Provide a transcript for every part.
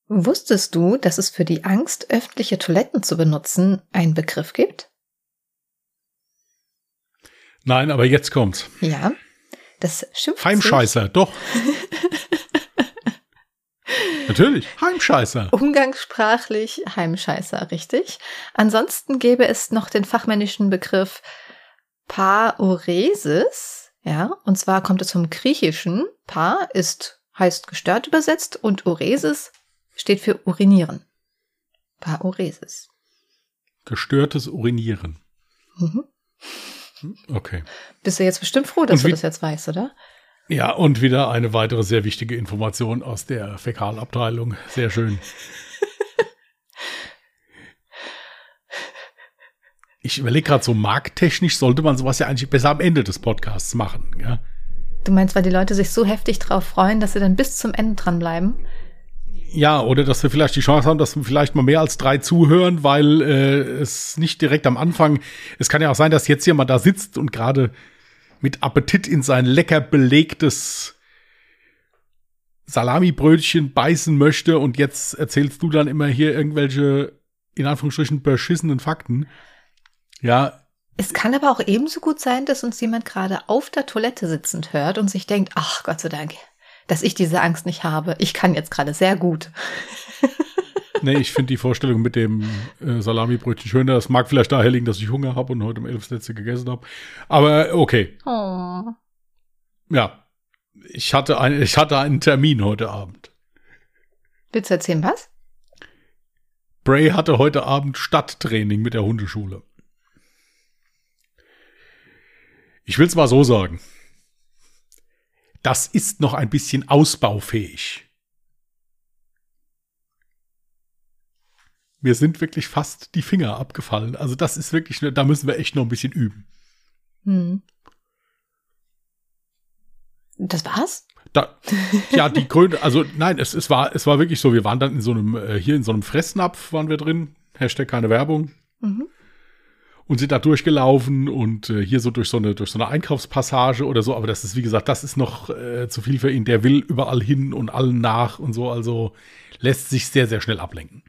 Wusstest du, dass es für die Angst, öffentliche Toiletten zu benutzen, einen Begriff gibt? Nein, aber jetzt kommt's. Ja, das schimpft Heimscheißer, doch. Natürlich, Heimscheißer. Umgangssprachlich Heimscheißer, richtig. Ansonsten gäbe es noch den fachmännischen Begriff Paoresis, ja, und zwar kommt es vom Griechischen. Heißt gestört übersetzt und Oresis steht für urinieren. Paoresis. Gestörtes Urinieren. Mhm. Okay. Bist du jetzt bestimmt froh, dass du das jetzt weißt, oder? Ja, und wieder eine weitere sehr wichtige Information aus der Fäkalabteilung. Sehr schön. Ich überlege gerade, so markttechnisch sollte man sowas ja eigentlich besser am Ende des Podcasts machen. Ja? Du meinst, weil die Leute sich so heftig drauf freuen, dass sie dann bis zum Ende dranbleiben? Ja, oder dass wir vielleicht die Chance haben, dass wir vielleicht mal mehr als 3 zuhören, weil es nicht direkt am Anfang, es kann ja auch sein, dass jetzt jemand da sitzt und gerade mit Appetit in sein lecker belegtes Salamibrötchen beißen möchte und jetzt erzählst du dann immer hier irgendwelche, in Anführungsstrichen, beschissenen Fakten. Ja. Es kann aber auch ebenso gut sein, dass uns jemand gerade auf der Toilette sitzend hört und sich denkt, ach Gott sei Dank, dass ich diese Angst nicht habe. Ich kann jetzt gerade sehr gut. Nee, ich finde die Vorstellung mit dem Salamibrötchen schöner. Das mag vielleicht daher liegen, dass ich Hunger habe und heute um 11 das letzte gegessen habe. Aber okay. Oh. Ja, ich hatte einen Termin heute Abend. Willst du erzählen, was? Bray hatte heute Abend Stadttraining mit der Hundeschule. Ich will es mal so sagen. Das ist noch ein bisschen ausbaufähig. Mir sind wirklich fast die Finger abgefallen. Also das ist wirklich, da müssen wir echt noch ein bisschen üben. Das war's? Ja, die Gründe, also nein, es war wirklich so, wir waren dann in so einem Fressnapf waren wir drin, Hashtag keine Werbung. Mhm. Und sind da durchgelaufen und hier so durch so eine Einkaufspassage oder so. Aber das ist, wie gesagt, das ist noch zu viel für ihn. Der will überall hin und allen nach und so. Also lässt sich sehr, sehr schnell ablenken.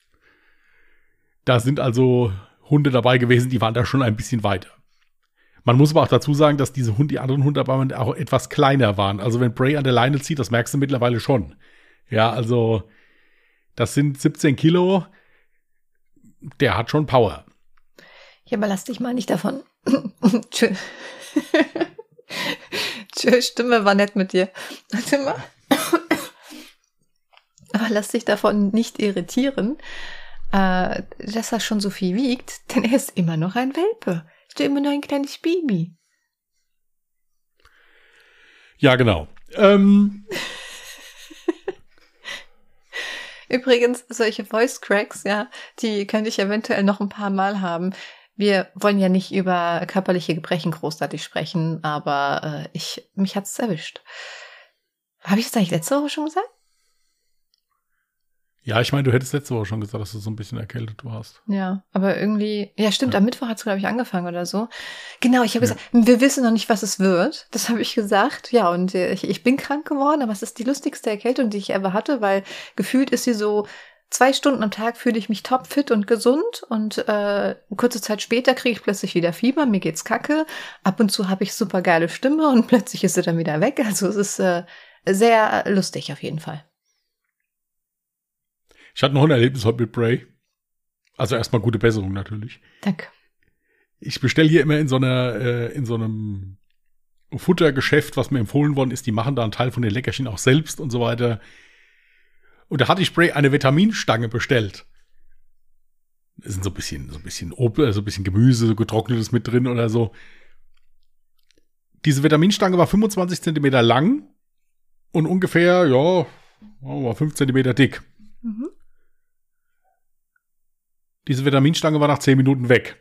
Da sind also Hunde dabei gewesen, die waren da schon ein bisschen weiter. Man muss aber auch dazu sagen, dass die anderen Hunde aber auch etwas kleiner waren. Also wenn Bray an der Leine zieht, das merkst du mittlerweile schon. Ja, also das sind 17 Kilo. Der hat schon Power. Ja, aber lass dich mal nicht davon. Tschö, Stimme war nett mit dir. Warte mal. Aber lass dich davon nicht irritieren, dass er schon so viel wiegt, denn er ist immer noch ein Welpe. Ist immer noch ein kleines Baby. Ja, genau. Übrigens, solche Voice Cracks, ja, die könnte ich eventuell noch ein paar Mal haben. Wir wollen ja nicht über körperliche Gebrechen großartig sprechen, aber mich hat's erwischt. Habe ich das eigentlich letzte Woche schon gesagt? Ja, ich meine, du hättest letzte Woche schon gesagt, dass du so ein bisschen erkältet warst. Ja, aber irgendwie, ja stimmt, am Mittwoch hat es, glaube ich, angefangen oder so. Genau, ich habe gesagt, wir wissen noch nicht, was es wird. Das habe ich gesagt. Ja, und ich bin krank geworden, aber es ist die lustigste Erkältung, die ich ever hatte, weil gefühlt ist sie so 2 Stunden am Tag fühle ich mich topfit und gesund und kurze Zeit später kriege ich plötzlich wieder Fieber, mir geht's kacke. Ab und zu habe ich super geile Stimme und plötzlich ist sie dann wieder weg. Also es ist sehr lustig auf jeden Fall. Ich hatte noch ein Erlebnis heute mit Bray. Also erstmal gute Besserung natürlich. Danke. Ich bestelle hier immer in so einem Futtergeschäft, was mir empfohlen worden ist. Die machen da einen Teil von den Leckerchen auch selbst und so weiter. Und da hatte ich Bray eine Vitaminstange bestellt. Da sind so ein bisschen Gemüse, so getrocknetes mit drin oder so. Diese Vitaminstange war 25 Zentimeter lang und ungefähr, 5 Zentimeter dick. Mhm. Diese Vitaminstange war nach 10 Minuten weg.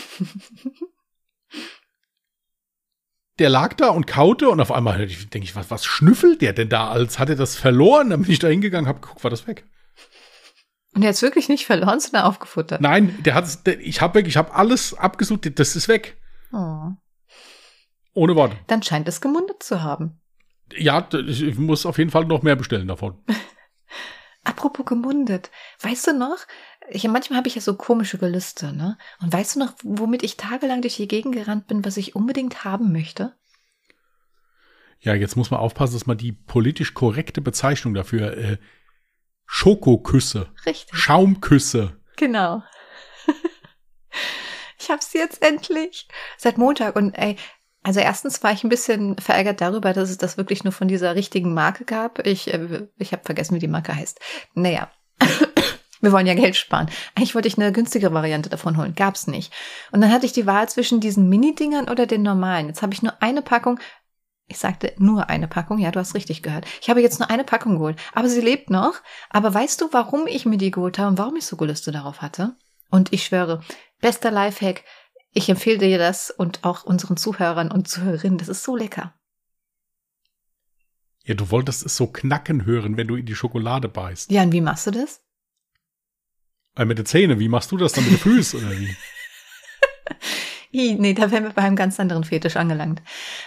Der lag da und kaute und auf einmal denke ich, was schnüffelt der denn da? Als hat er das verloren? Dann bin ich da hingegangen, hab geguckt, war das weg. Und er hat es wirklich nicht verloren, sondern aufgefuttert? Nein, ich habe alles abgesucht, das ist weg. Oh. Ohne Worte. Dann scheint es gemundet zu haben. Ja, ich muss auf jeden Fall noch mehr bestellen davon. Apropos gemundet. Weißt du noch, manchmal habe ich ja so komische Gelüste, ne? Und weißt du noch, womit ich tagelang durch die Gegend gerannt bin, was ich unbedingt haben möchte? Ja, jetzt muss man aufpassen, dass man die politisch korrekte Bezeichnung dafür, Schokoküsse. Richtig. Schaumküsse. Genau. Ich hab's jetzt endlich. Seit Montag. Und also erstens war ich ein bisschen verärgert darüber, dass es das wirklich nur von dieser richtigen Marke gab. Ich habe vergessen, wie die Marke heißt. Naja, wir wollen ja Geld sparen. Eigentlich wollte ich eine günstigere Variante davon holen. Gab's nicht. Und dann hatte ich die Wahl zwischen diesen Mini-Dingern oder den normalen. Jetzt habe ich nur eine Packung. Ich sagte nur eine Packung. Ja, du hast richtig gehört. Ich habe jetzt nur eine Packung geholt. Aber sie lebt noch. Aber weißt du, warum ich mir die geholt habe und warum ich so Gelüste darauf hatte? Und ich schwöre, bester Lifehack. Ich empfehle dir das und auch unseren Zuhörern und Zuhörerinnen. Das ist so lecker. Ja, du wolltest es so knacken hören, wenn du in die Schokolade beißt. Ja, und wie machst du das? Mit den Zähnen. Wie machst du das dann mit den Füßen oder wie? Nee, da wären wir bei einem ganz anderen Fetisch angelangt.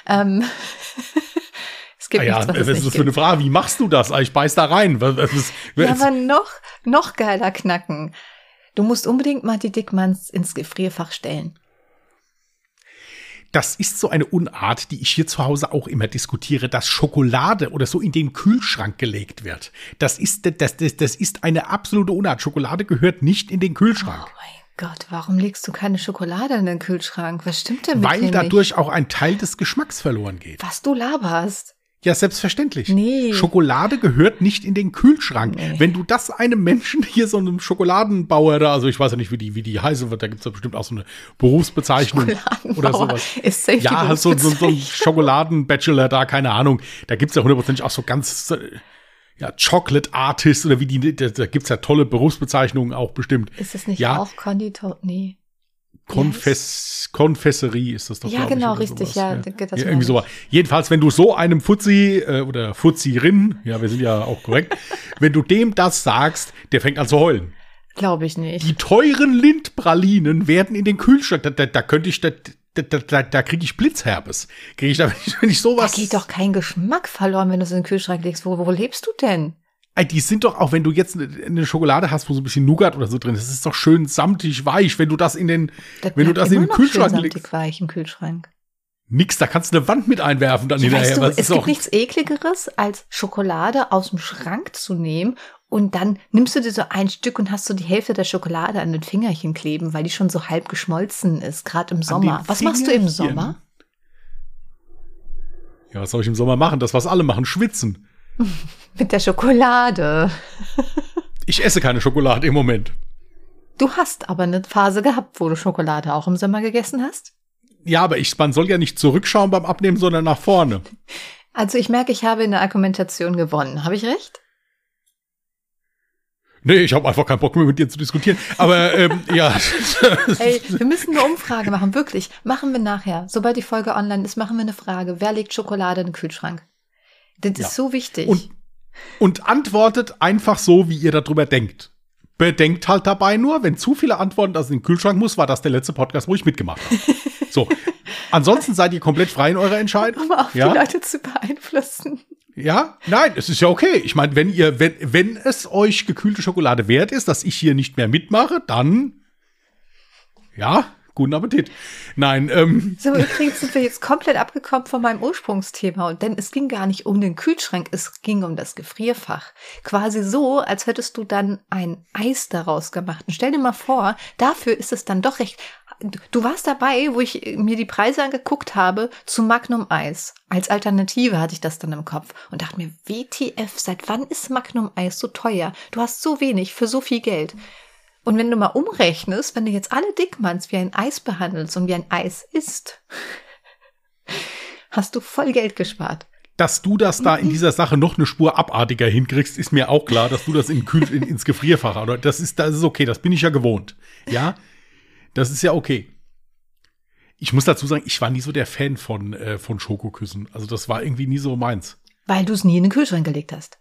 Es gibt nichts, was das ist für eine Frage. Wie machst du das? Ich beiß da rein. Ja, aber noch geiler knacken. Du musst unbedingt mal die Dickmanns ins Gefrierfach stellen. Das ist so eine Unart, die ich hier zu Hause auch immer diskutiere, dass Schokolade oder so in den Kühlschrank gelegt wird. Das ist eine absolute Unart. Schokolade gehört nicht in den Kühlschrank. Oh mein Gott, warum legst du keine Schokolade in den Kühlschrank? Was stimmt denn mit dir nicht? Weil dadurch auch ein Teil des Geschmacks verloren geht. Was du laberst. Ja, selbstverständlich. Nee. Schokolade gehört nicht in den Kühlschrank. Nee. Wenn du das einem Menschen hier, so einem Schokoladenbauer da, also ich weiß ja nicht, wie die heißen wird, da gibt es ja bestimmt auch so eine Berufsbezeichnung oder sowas. Ist safe ja, halt so ein Schokoladen-Bachelor da, keine Ahnung. Da gibt es ja hundertprozentig auch so ganz, Chocolate Artist oder da gibt es ja tolle Berufsbezeichnungen auch bestimmt. Ist das nicht auch Konditor? Nee. Konfesserie ist das doch, ja, genau, ich, richtig, sowas. Das irgendwie so. Jedenfalls, wenn du so einem Fuzzi oder Fuzzierin, ja, wir sind ja auch korrekt, wenn du dem das sagst, der fängt an zu heulen. Glaube ich nicht. Die teuren Lindpralinen werden in den Kühlschrank, da könnte ich, da kriege ich Blitzherpes. Kriege ich da, wenn ich sowas. Da geht doch kein Geschmack verloren, wenn du es in den Kühlschrank legst. Wo lebst du denn? Die sind doch auch, wenn du jetzt eine Schokolade hast, wo so ein bisschen Nougat oder so drin ist, das ist doch schön samtig weich, wenn du das in den Kühlschrank legst. Samtig weich im Kühlschrank. Nix, da kannst du eine Wand mit einwerfen dann hinterher. Weißt du, es gibt nichts Ekligeres, als Schokolade aus dem Schrank zu nehmen und dann nimmst du dir so ein Stück und hast so die Hälfte der Schokolade an den Fingerchen kleben, weil die schon so halb geschmolzen ist, gerade im Sommer. Was machst du im Sommer? Ja, was soll ich im Sommer machen? Das, was alle machen, schwitzen. Mit der Schokolade. Ich esse keine Schokolade im Moment. Du hast aber eine Phase gehabt, wo du Schokolade auch im Sommer gegessen hast? Ja, aber man soll ja nicht zurückschauen beim Abnehmen, sondern nach vorne. Also ich merke, ich habe in der Argumentation gewonnen. Habe ich recht? Nee, ich habe einfach keinen Bock mehr mit dir zu diskutieren. Aber ja. Ey, wir müssen eine Umfrage machen, wirklich. Machen wir nachher. Sobald die Folge online ist, machen wir eine Frage. Wer legt Schokolade in den Kühlschrank? Das ist so wichtig. Und antwortet einfach so, wie ihr darüber denkt. Bedenkt halt dabei nur, wenn zu viele antworten, dass es in den Kühlschrank muss, war das der letzte Podcast, wo ich mitgemacht habe. So. Ansonsten seid ihr komplett frei in eurer Entscheidung. Um auch die Leute zu beeinflussen. Ja, nein, es ist ja okay. Ich meine, wenn es euch gekühlte Schokolade wert ist, dass ich hier nicht mehr mitmache, dann ja, guten Appetit. Nein, So, übrigens sind wir jetzt komplett abgekommen von meinem Ursprungsthema. Denn es ging gar nicht um den Kühlschrank, es ging um das Gefrierfach. Quasi so, als hättest du dann ein Eis daraus gemacht. Und stell dir mal vor, dafür ist es dann doch recht. Du warst dabei, wo ich mir die Preise angeguckt habe zu Magnum Eis. Als Alternative hatte ich das dann im Kopf und dachte mir, WTF, seit wann ist Magnum Eis so teuer? Du hast so wenig für so viel Geld. Und wenn du mal umrechnest, wenn du jetzt alle Dickmanns wie ein Eis behandelst und wie ein Eis isst, hast du voll Geld gespart. Dass du das da in dieser Sache noch eine Spur abartiger hinkriegst, ist mir auch klar, dass du das ins Gefrierfach, oder das ist okay, das bin ich ja gewohnt. Ja, das ist ja okay. Ich muss dazu sagen, ich war nie so der Fan von Schokoküssen. Also das war irgendwie nie so meins. Weil du es nie in den Kühlschrank gelegt hast.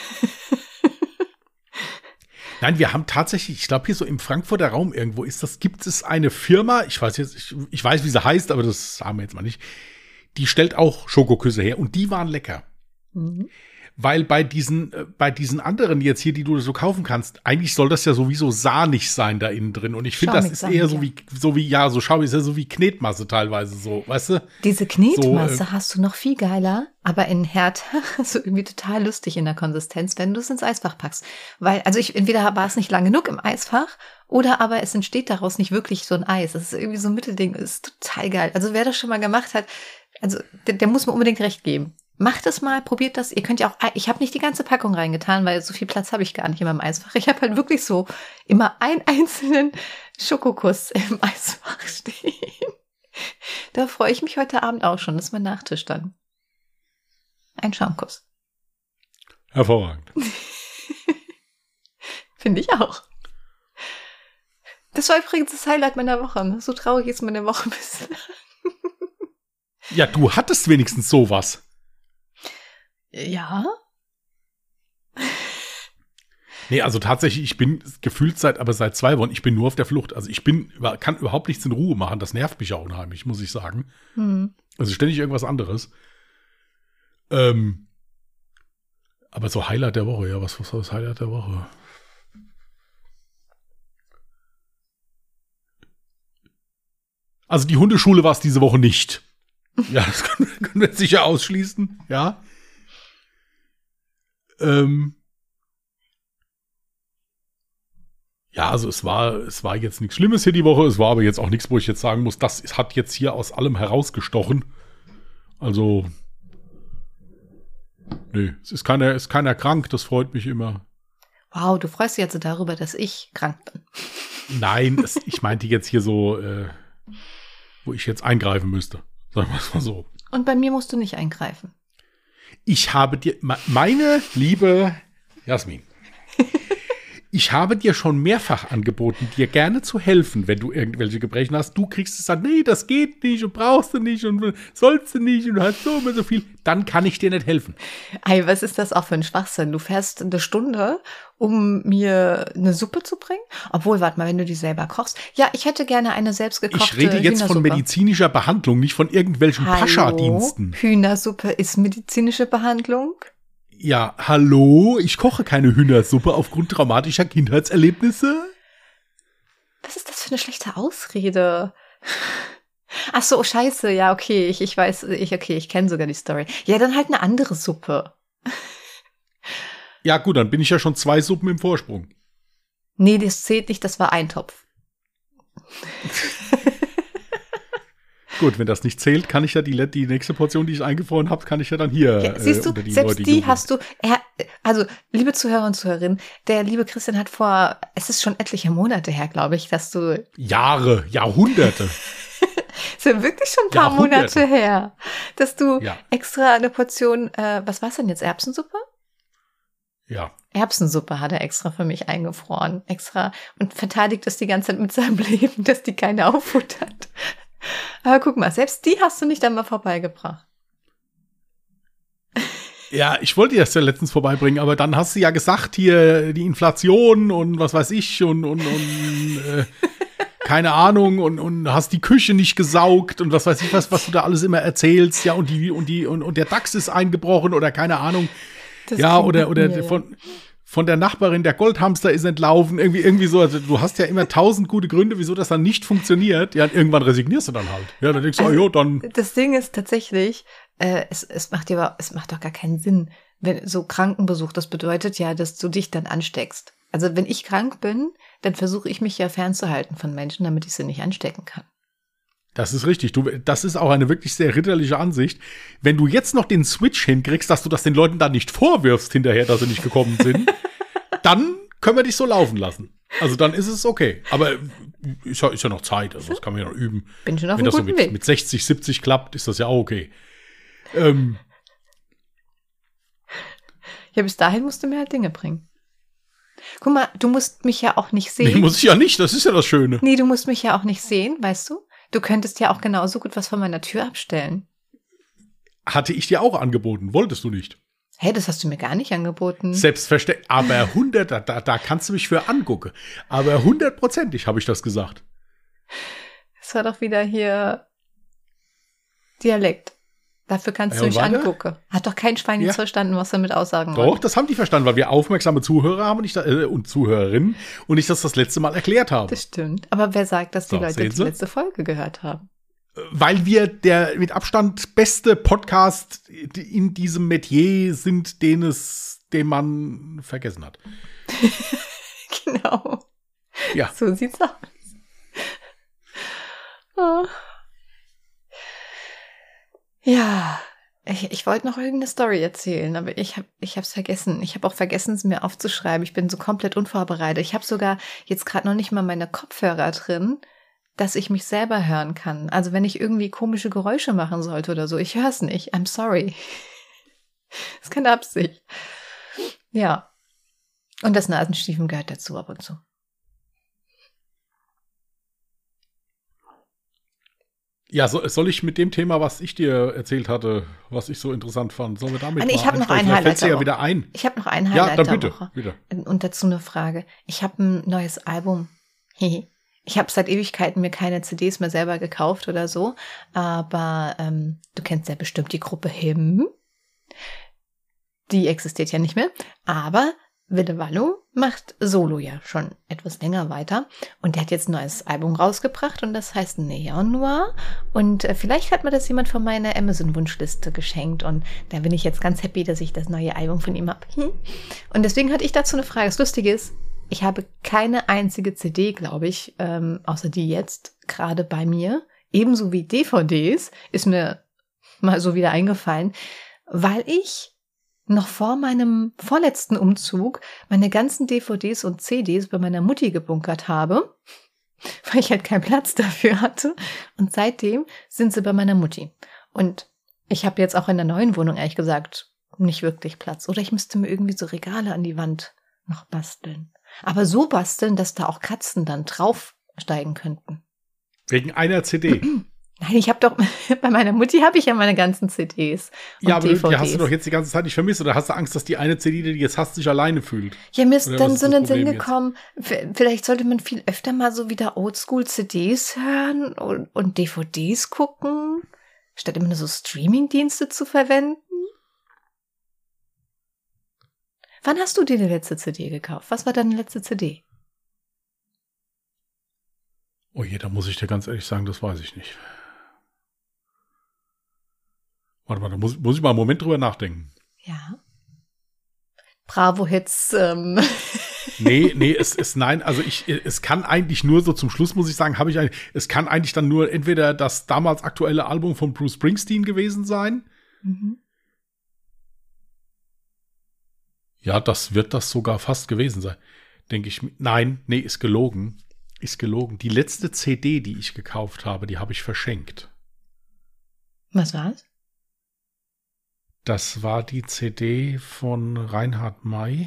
Nein, wir haben tatsächlich, ich glaube hier so im Frankfurter Raum irgendwo gibt es eine Firma, ich weiß, wie sie heißt, aber das sagen wir jetzt mal nicht, die stellt auch Schokoküsse her und die waren lecker. Mhm. Weil bei diesen anderen jetzt hier, die du so kaufen kannst, eigentlich soll das ja sowieso sahnig sein da innen drin. Und ich finde, das ist eher so schaumig, ist ja so wie Knetmasse teilweise so, weißt du? Diese Knetmasse hast du noch viel geiler, aber in härter, so irgendwie total lustig in der Konsistenz, wenn du es ins Eisfach packst. Weil, also entweder war es nicht lang genug im Eisfach, oder aber es entsteht daraus nicht wirklich so ein Eis. Das ist irgendwie so ein Mittelding, ist total geil. Also wer das schon mal gemacht hat, also der muss mir unbedingt recht geben. Macht es mal, probiert das. Ihr könnt ja auch, ich habe nicht die ganze Packung reingetan, weil so viel Platz habe ich gar nicht in meinem Eisfach. Ich habe halt wirklich so immer einen einzelnen Schokokuss im Eisfach stehen. Da freue ich mich heute Abend auch schon. Das ist mein Nachtisch dann. Ein Schaumkuss. Hervorragend. Finde ich auch. Das war übrigens das Highlight meiner Woche. So traurig ist meine Woche bislang. Ja, du hattest wenigstens sowas. Ja. Nee, also tatsächlich, ich bin gefühlt seit 2 Wochen, ich bin nur auf der Flucht. Also kann überhaupt nichts in Ruhe machen. Das nervt mich ja unheimlich, muss ich sagen. Also ständig irgendwas anderes. Aber so Highlight der Woche, ja, was war das Highlight der Woche? Also die Hundeschule war es diese Woche nicht. Ja, das können wir sicher ausschließen, ja. Ja, also es war jetzt nichts Schlimmes hier die Woche, es war aber jetzt auch nichts, wo ich jetzt sagen muss, das hat jetzt hier aus allem herausgestochen. Also, nee, es ist keiner krank, das freut mich immer. Wow, du freust dich jetzt darüber, dass ich krank bin. Nein, ich meinte jetzt hier so, wo ich jetzt eingreifen müsste. Sagen wir es mal so. Und bei mir musst du nicht eingreifen. Ich habe dir, meine liebe Jasmin, ich habe dir schon mehrfach angeboten, dir gerne zu helfen, wenn du irgendwelche Gebrechen hast. Du kriegst es dann, nee, das geht nicht und brauchst du nicht und sollst du nicht und du hast so immer so viel. Dann kann ich dir nicht helfen. Ey, was ist das auch für ein Schwachsinn? Du fährst eine Stunde, um mir eine Suppe zu bringen? Obwohl, warte mal, wenn du die selber kochst. Ja, ich hätte gerne eine selbstgekochte Hühnersuppe. Ich rede jetzt von medizinischer Behandlung, nicht von irgendwelchen Pascha-Diensten. Hühnersuppe ist medizinische Behandlung? Ja, hallo, ich koche keine Hühnersuppe aufgrund traumatischer Kindheitserlebnisse. Was ist das für eine schlechte Ausrede? Ach so, scheiße, ja, okay, ich weiß, ich kenne sogar die Story. Ja, dann halt eine andere Suppe. Ja gut, dann bin ich ja schon 2 Suppen im Vorsprung. Nee, das zählt nicht, das war ein Topf. Gut, wenn das nicht zählt, kann ich ja die nächste Portion, die ich eingefroren habe, kann ich ja dann hier ja, siehst du, unter die selbst Leute die hast du, also liebe Zuhörer und Zuhörerinnen, der liebe Christian hat es ist schon etliche Monate her, glaube ich, dass du Jahre, Jahrhunderte. ist ja wirklich schon ein paar Monate her, dass du extra eine Portion, was war's denn jetzt, Erbsensuppe? Ja. Erbsensuppe hat er extra für mich eingefroren, extra, und verteidigt es die ganze Zeit mit seinem Leben, dass die keine auffuttert. Aber guck mal, selbst die hast du nicht einmal vorbeigebracht. Ja, ich wollte das ja letztens vorbeibringen, aber dann hast du ja gesagt, hier die Inflation und was weiß ich und keine Ahnung und hast die Küche nicht gesaugt und was weiß ich was du da alles immer erzählst, ja, und der DAX ist eingebrochen oder keine Ahnung. Das ja, oder von der Nachbarin, der Goldhamster ist entlaufen, irgendwie so. Also du hast ja immer 1000 gute Gründe, wieso das dann nicht funktioniert. Ja, und irgendwann resignierst du dann halt. Ja, dann denkst du, also, dann. Das Ding ist tatsächlich, es macht doch gar keinen Sinn, wenn so Krankenbesuch, das bedeutet ja, dass du dich dann ansteckst. Also wenn ich krank bin, dann versuche ich mich ja fernzuhalten von Menschen, damit ich sie nicht anstecken kann. Das ist richtig. Das ist auch eine wirklich sehr ritterliche Ansicht. Wenn du jetzt noch den Switch hinkriegst, dass du das den Leuten dann nicht vorwirfst hinterher, dass sie nicht gekommen sind, dann können wir dich so laufen lassen. Also dann ist es okay. Aber ist ja noch Zeit. Also das kann man ja noch üben. Bin schon auf einem guten Weg. Wenn das so mit 60, 70 klappt, ist das ja auch okay. Ja, bis dahin musst du mir halt Dinge bringen. Guck mal, du musst mich ja auch nicht sehen. Nee, muss ich ja nicht. Das ist ja das Schöne. Nee, du musst mich ja auch nicht sehen, weißt du? Du könntest ja auch genauso gut was von meiner Tür abstellen. Hatte ich dir auch angeboten. Wolltest du nicht? Hey, das hast du mir gar nicht angeboten. Selbstverständlich. Aber 100, da kannst du mich für angucken. Aber 100%ig habe ich das gesagt. Das war doch wieder hier Dialekt. Dafür kannst du mich angucken. Hat doch kein Schwein jetzt verstanden, was er mit Aussagen wollte. Doch, das haben die verstanden, weil wir aufmerksame Zuhörer haben und Zuhörerinnen und ich das letzte Mal erklärt habe. Das stimmt. Aber wer sagt, dass die Leute die letzte Folge gehört haben? Weil wir der mit Abstand beste Podcast in diesem Metier sind, den man vergessen hat. Genau. Ja. So sieht's aus. Oh. Ja, ich wollte noch irgendeine Story erzählen, aber ich hab's vergessen. Ich habe auch vergessen, es mir aufzuschreiben. Ich bin so komplett unvorbereitet. Ich habe sogar jetzt gerade noch nicht mal meine Kopfhörer drin, dass ich mich selber hören kann. Also wenn ich irgendwie komische Geräusche machen sollte oder so, ich höre es nicht. I'm sorry. Das ist keine Absicht. Ja. Und das Nasenstiefen gehört dazu ab und zu. Ja, soll ich mit dem Thema, was ich dir erzählt hatte, was ich so interessant fand, sollen wir damit ich habe noch ein Highlight ja wieder ein. Ich habe noch ein Highlight der Woche. Bitte. Und dazu eine Frage. Ich habe ein neues Album. Ich habe seit Ewigkeiten mir keine CDs mehr selber gekauft oder so, aber du kennst ja bestimmt die Gruppe Him. Die existiert ja nicht mehr, aber Ville Valo macht Solo ja schon etwas länger weiter und der hat jetzt ein neues Album rausgebracht und das heißt Neon Noir und vielleicht hat mir das jemand von meiner Amazon-Wunschliste geschenkt und da bin ich jetzt ganz happy, dass ich das neue Album von ihm habe. Und deswegen hatte ich dazu eine Frage. Das Lustige ist, ich habe keine einzige CD, glaube ich, außer die jetzt gerade bei mir, ebenso wie DVDs, ist mir mal so wieder eingefallen, weil ich noch vor meinem vorletzten Umzug meine ganzen DVDs und CDs bei meiner Mutti gebunkert habe, weil ich halt keinen Platz dafür hatte. Und seitdem sind sie bei meiner Mutti. Und ich habe jetzt auch in der neuen Wohnung, ehrlich gesagt, nicht wirklich Platz. Oder ich müsste mir irgendwie so Regale an die Wand noch basteln. Aber so basteln, dass da auch Katzen dann draufsteigen könnten. Wegen einer CD? Nein, ich habe doch, bei meiner Mutti habe ich ja meine ganzen CDs und ja, aber DVDs. Die hast du doch jetzt die ganze Zeit nicht vermisst. Oder hast du Angst, dass die eine CD, die du jetzt hast, sich alleine fühlt? Ja, mir ist dann so in den Sinn gekommen, vielleicht sollte man viel öfter mal so wieder Oldschool-CDs hören und DVDs gucken, statt immer nur so Streaming-Dienste zu verwenden. Wann hast du dir die letzte CD gekauft? Was war deine letzte CD? Oh je, da muss ich dir ganz ehrlich sagen, das weiß ich nicht. Warte mal, da muss ich mal einen Moment drüber nachdenken. Ja. Bravo-Hits. Nee, nein, also es kann eigentlich nur so zum Schluss, muss ich sagen, es kann eigentlich dann nur entweder das damals aktuelle Album von Bruce Springsteen gewesen sein. Mhm. Ja, das wird das sogar fast gewesen sein. Denke ich, ist gelogen. Ist gelogen. Die letzte CD, die ich gekauft habe, die habe ich verschenkt. Was war's? Das war die CD von Reinhard May,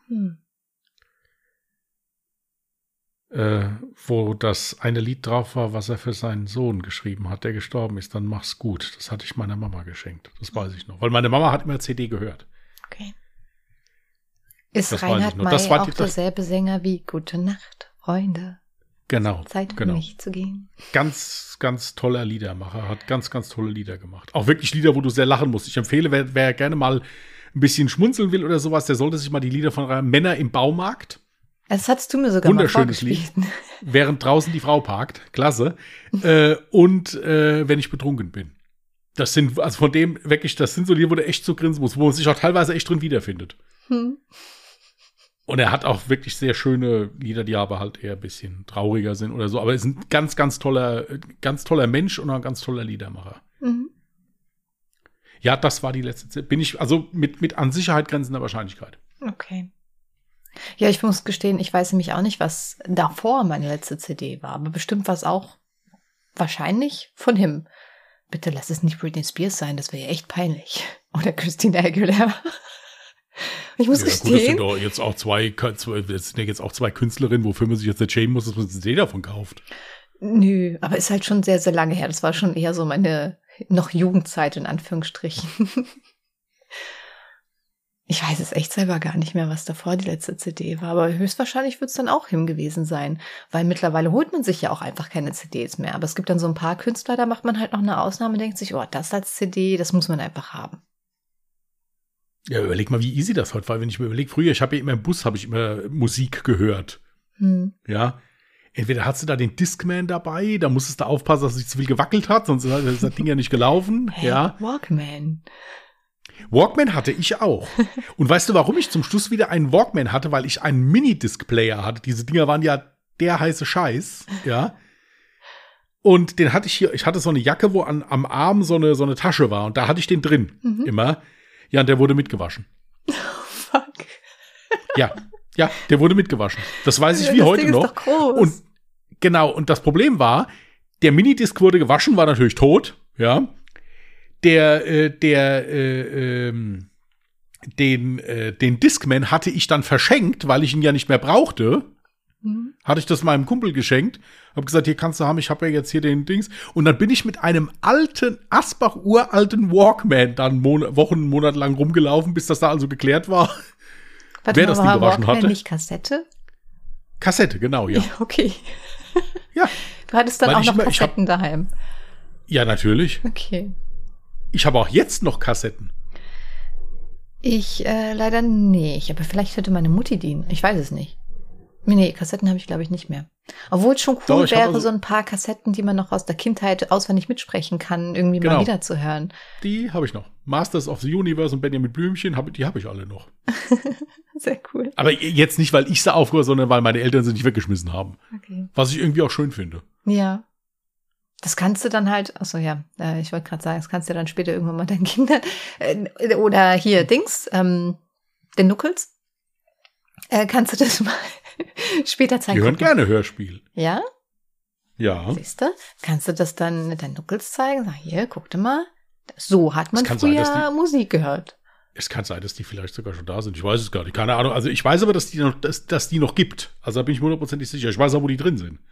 wo das eine Lied drauf war, was er für seinen Sohn geschrieben hat, der gestorben ist. Dann mach's gut. Das hatte ich meiner Mama geschenkt. Das weiß ich noch. Weil meine Mama hat immer CD gehört. Okay. Ist Reinhard May auch derselbe Sänger wie Gute Nacht, Freunde? Genau. Zeit für mich zu gehen. Ganz, ganz toller Liedermacher. Hat ganz, ganz tolle Lieder gemacht. Auch wirklich Lieder, wo du sehr lachen musst. Ich empfehle, wer gerne mal ein bisschen schmunzeln will oder sowas, der sollte sich mal die Lieder von Männer im Baumarkt. Das hattest du mir sogar mal vorgespielt. Wunderschönes Lied. Während draußen die Frau parkt. Klasse. Und wenn ich betrunken bin. Das sind, also von dem wirklich, das sind so Lieder, wo du echt so grinsen musst, wo man sich auch teilweise echt drin wiederfindet. Und er hat auch wirklich sehr schöne Lieder, die aber halt eher ein bisschen trauriger sind oder so. Aber er ist ein ganz, ganz toller Mensch und ein ganz toller Liedermacher. Mhm. Ja, das war die letzte Zeit. Bin ich, also mit an Sicherheit grenzender Wahrscheinlichkeit. Okay. Ja, ich muss gestehen, ich weiß nämlich auch nicht, was davor meine letzte CD war. Aber bestimmt war es auch wahrscheinlich von ihm. Bitte lass es nicht Britney Spears sein, das wäre ja echt peinlich. Oder Christina Aguilera. Ich muss gestehen. Gut, das sind doch jetzt auch zwei Künstlerinnen, wofür man sich jetzt nicht schämen muss, dass man eine CD davon kauft. Nö, aber ist halt schon sehr, sehr lange her. Das war schon eher so meine noch Jugendzeit in Anführungsstrichen. Ich weiß es echt selber gar nicht mehr, was davor die letzte CD war, aber höchstwahrscheinlich wird es dann auch Him gewesen sein, weil mittlerweile holt man sich ja auch einfach keine CDs mehr. Aber es gibt dann so ein paar Künstler, da macht man halt noch eine Ausnahme und denkt sich, oh, das als CD, das muss man einfach haben. Ja, überleg mal, wie easy das heute war. Wenn ich mir überlege, früher, ich habe ja immer im Bus, habe ich immer Musik gehört. Ja, entweder hast du da den Discman dabei, da musstest du aufpassen, dass es nicht zu viel gewackelt hat, sonst ist das Ding ja nicht gelaufen. Hey, ja. Walkman hatte ich auch. Und weißt du, warum ich zum Schluss wieder einen Walkman hatte? Weil ich einen Minidisc-Player hatte. Diese Dinger waren ja der heiße Scheiß, ja. Und den hatte ich hier, ich hatte so eine Jacke, wo am Arm so eine Tasche war. Und da hatte ich den drin, immer. Ja, und der wurde mitgewaschen. Oh, fuck. Ja, der wurde mitgewaschen. Das weiß ich wie heute Ding noch. Ist doch groß. Und genau, und das Problem war, der Minidisc wurde gewaschen, war natürlich tot, ja. Den Discman hatte ich dann verschenkt, weil ich ihn ja nicht mehr brauchte. Hatte ich das meinem Kumpel geschenkt. Hab gesagt, hier kannst du haben, ich habe ja jetzt hier den Dings. Und dann bin ich mit einem alten, Asbach-uralten Walkman dann monatelang rumgelaufen, bis das da also geklärt war. Warte, wer das Ding gewaschen hatte. Nicht Kassette? Kassette, genau, ja. Okay. Ja. Du hattest dann auch noch Kassetten daheim. Ja, natürlich. Okay. Ich habe auch jetzt noch Kassetten. Ich leider nicht, aber vielleicht hätte meine Mutti die. Ich weiß es nicht. Nee, Kassetten habe ich, glaube ich, nicht mehr. Obwohl es schon cool wäre, so ein paar Kassetten, die man noch aus der Kindheit auswendig mitsprechen kann, irgendwie mal wieder zu hören. Die habe ich noch. Masters of the Universe und Benjamin Blümchen, die habe ich alle noch. Sehr cool. Aber jetzt nicht, weil ich sie aufgehört, sondern weil meine Eltern sie nicht weggeschmissen haben. Okay. Was ich irgendwie auch schön finde. Ja. Das kannst du dann halt, achso, ja, ich wollte gerade sagen, das kannst du dann später irgendwann mal deinen Kindern, oder hier, Dings, den Nuckels, kannst du das mal später zeigen. Wir hören gerne Hörspiel. Ja? Ja. Siehst du? Kannst du das dann deinen Nuckels zeigen? Sag, hier, guck dir mal. So hat man früher Musik gehört. Es kann sein, dass die vielleicht sogar schon da sind. Ich weiß es gar nicht. Keine Ahnung. Also ich weiß aber, dass die noch gibt. Also da bin ich 100% sicher. Ich weiß auch, wo die drin sind.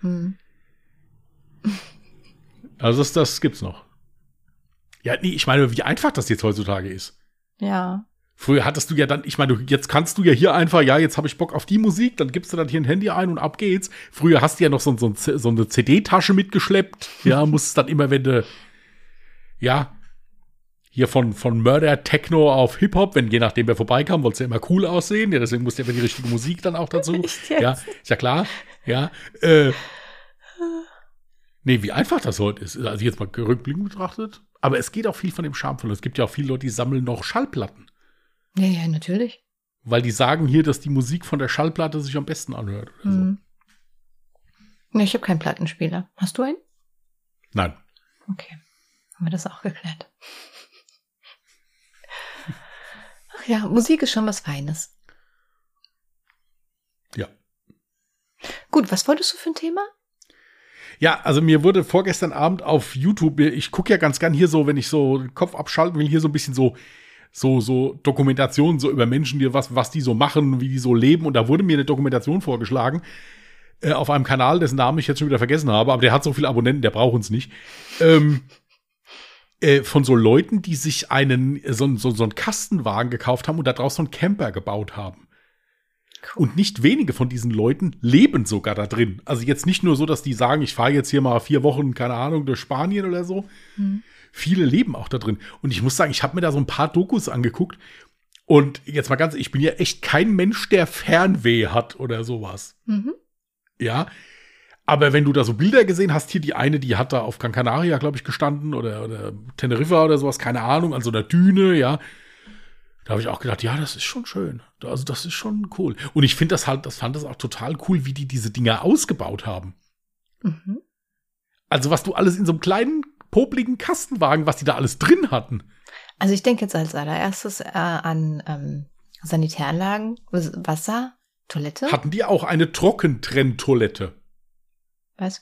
Also das gibt's noch. Ja, nee, ich meine, wie einfach das jetzt heutzutage ist. Ja. Früher hattest du ja dann, ich meine, jetzt kannst du ja hier einfach, ja, jetzt habe ich Bock auf die Musik, dann gibst du dann hier ein Handy ein und ab geht's. Früher hast du ja noch so eine CD-Tasche mitgeschleppt. Ja, musstest dann immer, wenn du, ja, hier von Murder Techno auf Hip-Hop, wenn je nachdem wer vorbeikam, wolltest du ja immer cool aussehen. Ja, deswegen musste ja immer die richtige Musik dann auch dazu. Ja, ist ja klar. Ja, nee, wie einfach das heute ist. Also jetzt mal rückblickend betrachtet. Aber es geht auch viel von dem Charme verloren. Es gibt ja auch viele Leute, die sammeln noch Schallplatten. Ja, natürlich. Weil die sagen hier, dass die Musik von der Schallplatte sich am besten anhört. Oder so. Nee, ich habe keinen Plattenspieler. Hast du einen? Nein. Okay, haben wir das auch geklärt. Ach ja, Musik ist schon was Feines. Ja. Gut, was wolltest du für ein Thema? Ja, also mir wurde vorgestern Abend auf YouTube, ich gucke ja ganz gern hier so, wenn ich so den Kopf abschalten will, hier so ein bisschen so Dokumentationen so über Menschen, die was die so machen, wie die so leben. Und da wurde mir eine Dokumentation vorgeschlagen auf einem Kanal, dessen Namen ich jetzt schon wieder vergessen habe, aber der hat so viele Abonnenten, der braucht uns nicht. Von so Leuten, die sich so einen Kastenwagen gekauft haben und da draus so einen Camper gebaut haben. Cool. Und nicht wenige von diesen Leuten leben sogar da drin. Also jetzt nicht nur so, dass die sagen, ich fahre jetzt hier mal 4 Wochen, keine Ahnung, durch Spanien oder so. Viele leben auch da drin. Und ich muss sagen, ich habe mir da so ein paar Dokus angeguckt. Und jetzt mal ganz, ich bin ja echt kein Mensch, der Fernweh hat oder sowas. Ja, aber wenn du da so Bilder gesehen hast, hier die eine, die hat da auf Gran Canaria, glaube ich, gestanden oder Teneriffa oder sowas, keine Ahnung, an so einer Düne, ja. Da habe ich auch gedacht, ja, das ist schon schön. Also das ist schon cool. Und ich finde fand das auch total cool, wie die diese Dinger ausgebaut haben. Also was du alles in so einem kleinen, popligen Kastenwagen, was die da alles drin hatten. Also ich denke jetzt als allererstes an Sanitäranlagen, Wasser, Toilette. Hatten die auch eine Trockentrenntoilette? Was?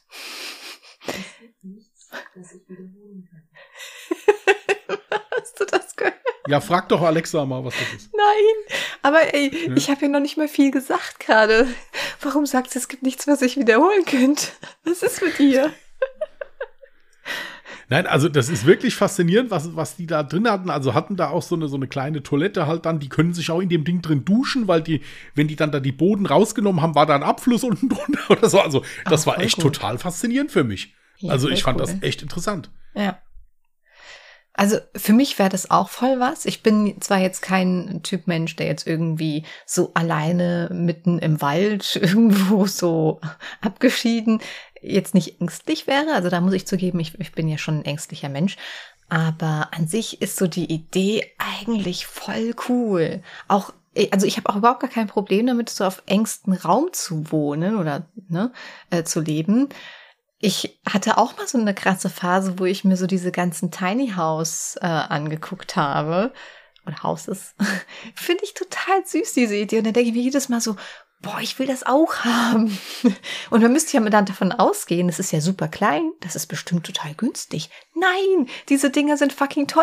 Hast du das gehört? Ja, frag doch Alexa mal, was das ist. Nein, aber ey, ich habe ja noch nicht mal viel gesagt gerade. Warum sagst du, es gibt nichts, was ich wiederholen könnte? Was ist mit dir? Nein, also das ist wirklich faszinierend, was die da drin hatten. Also hatten da auch so eine kleine Toilette halt dann. Die können sich auch in dem Ding drin duschen, weil wenn die dann da die Boden rausgenommen haben, war da ein Abfluss unten drunter oder so. Also das war echt total faszinierend für mich. Ja, also ich fand das echt interessant. Ja. Also für mich wäre das auch voll was. Ich bin zwar jetzt kein Typ Mensch, der jetzt irgendwie so alleine mitten im Wald irgendwo so abgeschieden jetzt nicht ängstlich wäre. Also da muss ich zugeben, ich bin ja schon ein ängstlicher Mensch. Aber an sich ist so die Idee eigentlich voll cool. Auch, also ich habe auch überhaupt gar kein Problem damit, so auf engstem Raum zu wohnen oder zu leben. Ich hatte auch mal so eine krasse Phase, wo ich mir so diese ganzen Tiny House angeguckt habe. Oder Houses. Finde ich total süß, diese Idee. Und dann denke ich mir jedes Mal so, boah, ich will das auch haben. Und man müsste ja dann davon ausgehen, das ist ja super klein, das ist bestimmt total günstig. Nein, diese Dinger sind fucking teuer.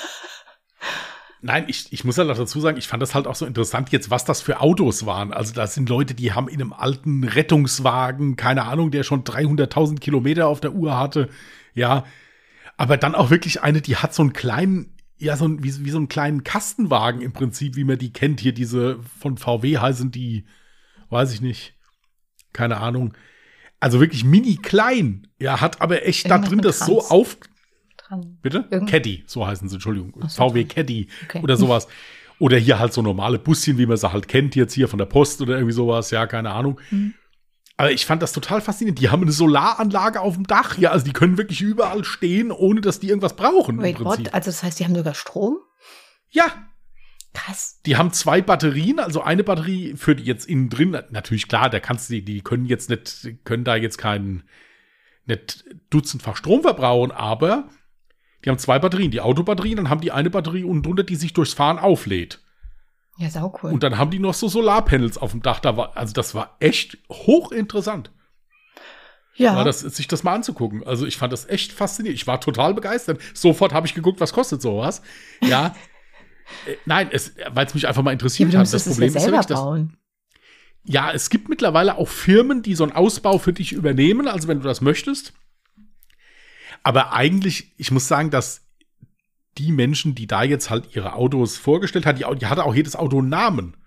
Nein, ich muss halt dazu sagen, ich fand das halt auch so interessant jetzt, was das für Autos waren. Also das sind Leute, die haben in einem alten Rettungswagen, keine Ahnung, der schon 300.000 Kilometer auf der Uhr hatte, ja. Aber dann auch wirklich eine, die hat so einen kleinen, ja, wie so einen kleinen Kastenwagen im Prinzip, wie man die kennt. Hier diese von VW heißen die, weiß ich nicht, keine Ahnung. Also wirklich mini klein, ja, hat aber echt da drin das so auf... Bitte? Caddy, so heißen sie, Entschuldigung. So, VW Caddy oder sowas. Oder hier halt so normale Buschen, wie man sie halt kennt, jetzt hier von der Post oder irgendwie sowas, ja, keine Ahnung. Mhm. Aber ich fand das total faszinierend. Die haben eine Solaranlage auf dem Dach, ja, also die können wirklich überall stehen, ohne dass die irgendwas brauchen. Wait, what? Also das heißt, die haben sogar Strom? Ja. Krass. Die haben 2 Batterien, also eine Batterie für die jetzt innen drin, natürlich klar, da kannst du die können jetzt nicht, können da jetzt nicht dutzendfach Strom verbrauchen, aber die haben 2 Batterien, die Autobatterien, dann haben die eine Batterie unten drunter, die sich durchs Fahren auflädt. Ja, sau cool. Und dann haben die noch so Solarpanels auf dem Dach. Das war echt hochinteressant. Ja. Sich das mal anzugucken. Also ich fand das echt faszinierend. Ich war total begeistert. Sofort habe ich geguckt, was kostet sowas. Ja. Nein, weil es mich einfach mal interessiert hat. Das Problem ist ja, ja, es gibt mittlerweile auch Firmen, die so einen Ausbau für dich übernehmen, also wenn du das möchtest. Aber eigentlich, ich muss sagen, dass die Menschen, die da jetzt halt ihre Autos vorgestellt hat, die hatte auch jedes Auto einen Namen.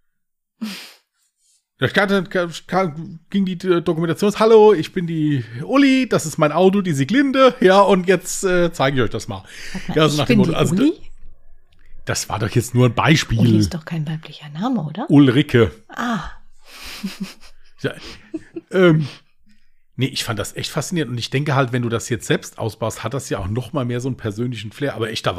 Da ging die Dokumentation, hallo, ich bin die Uli, das ist mein Auto, die Sieglinde, ja, und jetzt zeige ich euch das mal. Ja, so nach dem Motto, also Uli? Das war doch jetzt nur ein Beispiel. Uli ist doch kein weiblicher Name, oder? Ulrike. Ah. Ja, nee, ich fand das echt faszinierend. Und ich denke halt, wenn du das jetzt selbst ausbaust, hat das ja auch noch mal mehr so einen persönlichen Flair. Aber echt,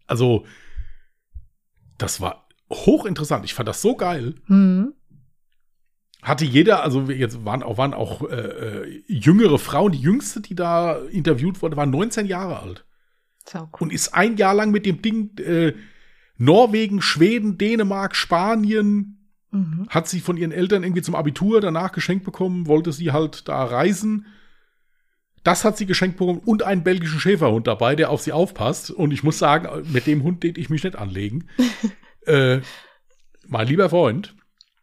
das war hochinteressant. Ich fand das so geil. Mhm. Hatte jeder, also jetzt waren auch jüngere Frauen. Die jüngste, die da interviewt wurde, war 19 Jahre alt. So cool. Und ist ein Jahr lang mit dem Ding Norwegen, Schweden, Dänemark, Spanien, hat sie von ihren Eltern irgendwie zum Abitur danach geschenkt bekommen, wollte sie halt da reisen. Das hat sie geschenkt bekommen und einen belgischen Schäferhund dabei, der auf sie aufpasst. Und ich muss sagen, mit dem Hund täte ich mich nicht anlegen. Mein lieber Freund.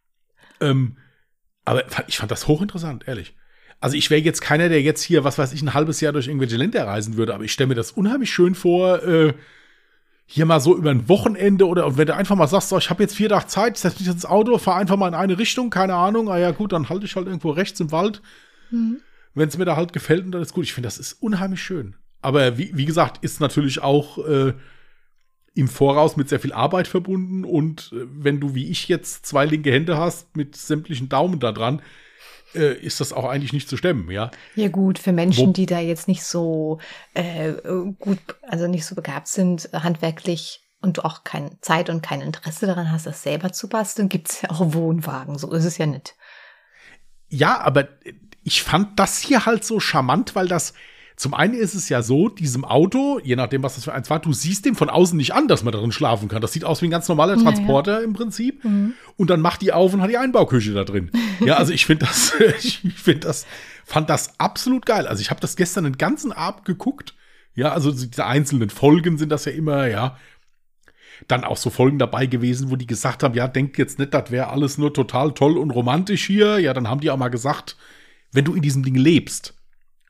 Aber ich fand das hochinteressant, ehrlich. Also ich wäre jetzt keiner, der jetzt hier, was weiß ich, ein halbes Jahr durch irgendwelche Länder reisen würde. Aber ich stelle mir das unheimlich schön vor, hier mal so über ein Wochenende oder wenn du einfach mal sagst, so, ich habe jetzt 4 Tage Zeit, ich setze mich ins Auto, fahre einfach mal in eine Richtung, keine Ahnung, ja gut, dann halte ich halt irgendwo rechts im Wald, wenn es mir da halt gefällt und dann ist gut. Ich finde, das ist unheimlich schön. Aber wie gesagt, ist natürlich auch im Voraus mit sehr viel Arbeit verbunden und wenn du wie ich jetzt 2 linke Hände hast mit sämtlichen Daumen da dran, ist das auch eigentlich nicht zu stemmen, ja? Ja gut, für Menschen, die da jetzt nicht so gut, also nicht so begabt sind, handwerklich und du auch keine Zeit und kein Interesse daran hast, das selber zu basteln, gibt es ja auch Wohnwagen, so ist es ja nicht. Ja, aber ich fand das hier halt so charmant, weil das, zum einen ist es ja so, diesem Auto, je nachdem, was das für eins war, du siehst dem von außen nicht an, dass man darin schlafen kann. Das sieht aus wie ein ganz normaler Transporter im Prinzip. Mhm. Und dann macht die auf und hat die Einbauküche da drin. Ja, also ich finde das, fand das absolut geil. Also ich habe das gestern den ganzen Abend geguckt. Ja, also diese einzelnen Folgen sind das ja immer, ja. Dann auch so Folgen dabei gewesen, wo die gesagt haben, ja, denkt jetzt nicht, das wäre alles nur total toll und romantisch hier. Ja, dann haben die auch mal gesagt, wenn du in diesem Ding lebst,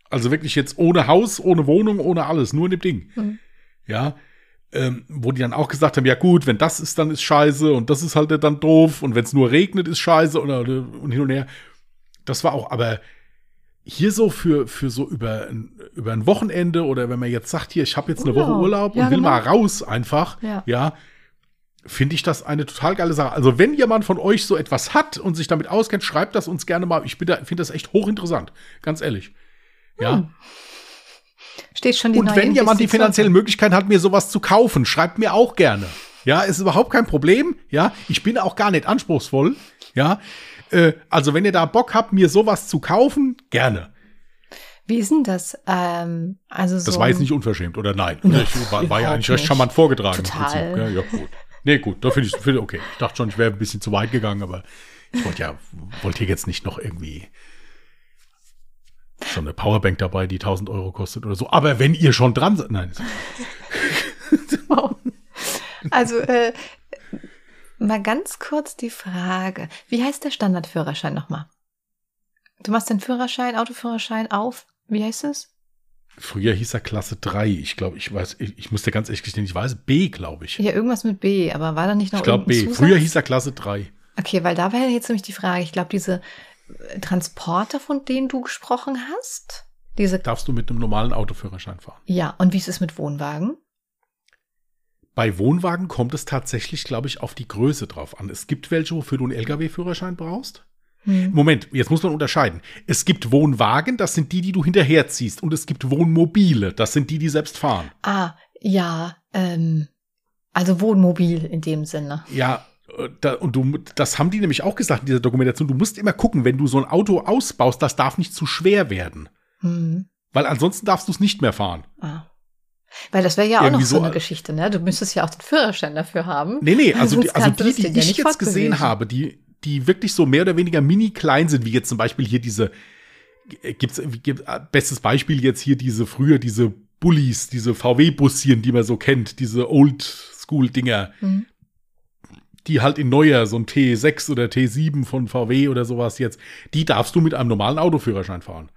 Also wirklich jetzt ohne Haus, ohne Wohnung, ohne alles, nur in dem Ding. Mhm. Ja, wo die dann auch gesagt haben, ja gut, wenn das ist, dann ist scheiße und das ist halt dann doof und wenn es nur regnet, ist scheiße und hin und her. Das war auch, aber hier so für so über ein Wochenende oder wenn man jetzt sagt, hier, ich habe jetzt eine Woche Urlaub und will mal raus einfach, ja, finde ich das eine total geile Sache. Also wenn jemand von euch so etwas hat und sich damit auskennt, schreibt das uns gerne mal. Ich finde das echt hochinteressant, ganz ehrlich. Ja. Steht schon die Und wenn jemand die finanziellen Möglichkeiten hat, mir sowas zu kaufen, schreibt mir auch gerne. Ja, ist überhaupt kein Problem. Ja, ich bin auch gar nicht anspruchsvoll. Ja, also wenn ihr da Bock habt, mir sowas zu kaufen, gerne. Wie ist denn das? Also das war jetzt nicht unverschämt, oder nein? War ja eigentlich recht charmant vorgetragen. Total. Ja, ja, gut. Nee, gut, da finde ich okay. Ich dachte schon, ich wäre ein bisschen zu weit gegangen, aber ich wollte hier jetzt nicht noch irgendwie so eine Powerbank dabei, die 1.000 Euro kostet oder so. Aber wenn ihr schon dran seid, nein. Also, mal ganz kurz die Frage. Wie heißt der Standardführerschein nochmal? Du machst den Führerschein, Autoführerschein auf. Wie heißt es? Früher hieß er Klasse 3. Ich glaube, ich muss dir ganz ehrlich gestehen, ich weiß, B, glaube ich. Ja, irgendwas mit B, aber war da nicht noch irgendein Zusatz? Ich glaube B. Früher hieß er Klasse 3. Okay, weil da wäre jetzt nämlich die Frage, ich glaube, diese Transporter, von denen du gesprochen hast, darfst du mit einem normalen Autoführerschein fahren. Ja, und wie ist es mit Wohnwagen? Bei Wohnwagen kommt es tatsächlich, glaube ich, auf die Größe drauf an. Es gibt welche, wofür du einen LKW-Führerschein brauchst. Moment, jetzt muss man unterscheiden. Es gibt Wohnwagen, das sind die du hinterherziehst. Und es gibt Wohnmobile, das sind die selbst fahren. Ah, ja, also Wohnmobil in dem Sinne. Ja, das haben die nämlich auch gesagt in dieser Dokumentation. Du musst immer gucken, wenn du so ein Auto ausbaust, das darf nicht zu schwer werden. Weil ansonsten darfst du es nicht mehr fahren. Ah. Weil das wäre ja auch noch so eine Geschichte, ne? Du müsstest ja auch den Führerschein dafür haben. Nee, also die ich jetzt gesehen habe, die wirklich so mehr oder weniger mini klein sind, wie jetzt zum Beispiel hier diese, bestes Beispiel jetzt hier diese Bullis, diese VW-Buschen, die man so kennt, diese Old-School-Dinger, die halt in neuer, so ein T6 oder T7 von VW oder sowas jetzt, die darfst du mit einem normalen Autoführerschein fahren.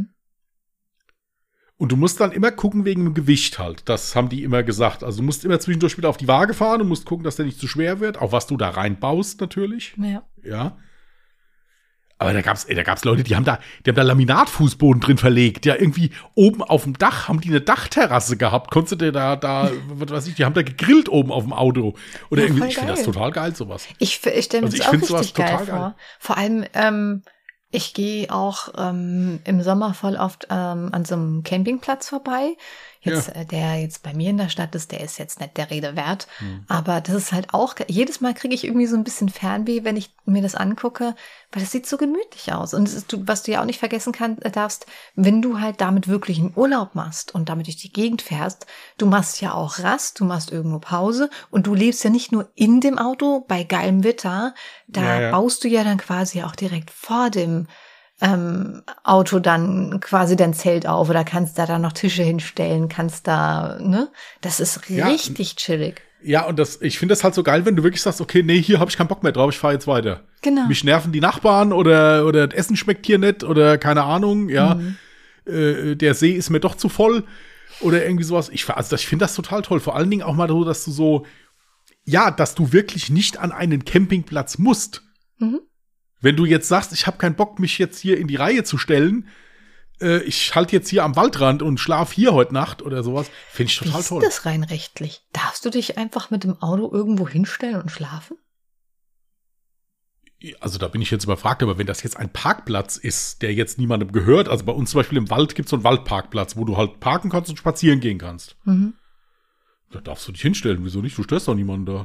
Und du musst dann immer gucken wegen dem Gewicht halt. Das haben die immer gesagt. Also du musst immer zwischendurch wieder auf die Waage fahren und musst gucken, dass der nicht zu schwer wird. Auch was du da reinbaust natürlich. Ja. Aber da gab's Leute, die haben da Laminatfußboden drin verlegt. Ja, irgendwie oben auf dem Dach haben die eine Dachterrasse gehabt. Konntest du da, was weiß ich, die haben da gegrillt oben auf dem Auto. Oder irgendwie, ich finde das total geil, sowas. Ich stelle mir das auch richtig geil vor. Vor allem, ich gehe auch im Sommer voll oft an so einem Campingplatz vorbei. Der jetzt bei mir in der Stadt ist, der ist jetzt nicht der Rede wert. Aber das ist halt auch, jedes Mal kriege ich irgendwie so ein bisschen Fernweh, wenn ich mir das angucke, weil das sieht so gemütlich aus. Und was du ja auch nicht vergessen darfst, wenn du halt damit wirklich einen Urlaub machst und damit durch die Gegend fährst, du machst ja auch Rast, du machst irgendwo Pause und du lebst ja nicht nur in dem Auto bei geilem Wetter, da baust du ja dann quasi auch direkt vor dem Auto dann quasi dein Zelt auf oder kannst da dann noch Tische hinstellen, kannst da, ne? Das ist richtig chillig. Ja, und ich finde das halt so geil, wenn du wirklich sagst, okay, nee, hier habe ich keinen Bock mehr drauf, ich fahre jetzt weiter. Genau. Mich nerven die Nachbarn oder das Essen schmeckt hier nicht oder keine Ahnung, ja. Der See ist mir doch zu voll oder irgendwie sowas. Ich finde das total toll. Vor allen Dingen auch mal so, dass du so, dass du wirklich nicht an einen Campingplatz musst. Wenn du jetzt sagst, ich habe keinen Bock, mich jetzt hier in die Reihe zu stellen, ich halte jetzt hier am Waldrand und schlaf hier heute Nacht oder sowas, finde ich total toll. Wie ist das rein rechtlich? Darfst du dich einfach mit dem Auto irgendwo hinstellen und schlafen? Also da bin ich jetzt überfragt, aber wenn das jetzt ein Parkplatz ist, der jetzt niemandem gehört, also bei uns zum Beispiel im Wald gibt es so einen Waldparkplatz, wo du halt parken kannst und spazieren gehen kannst. Da darfst du dich hinstellen, wieso nicht? Du störst doch niemanden da.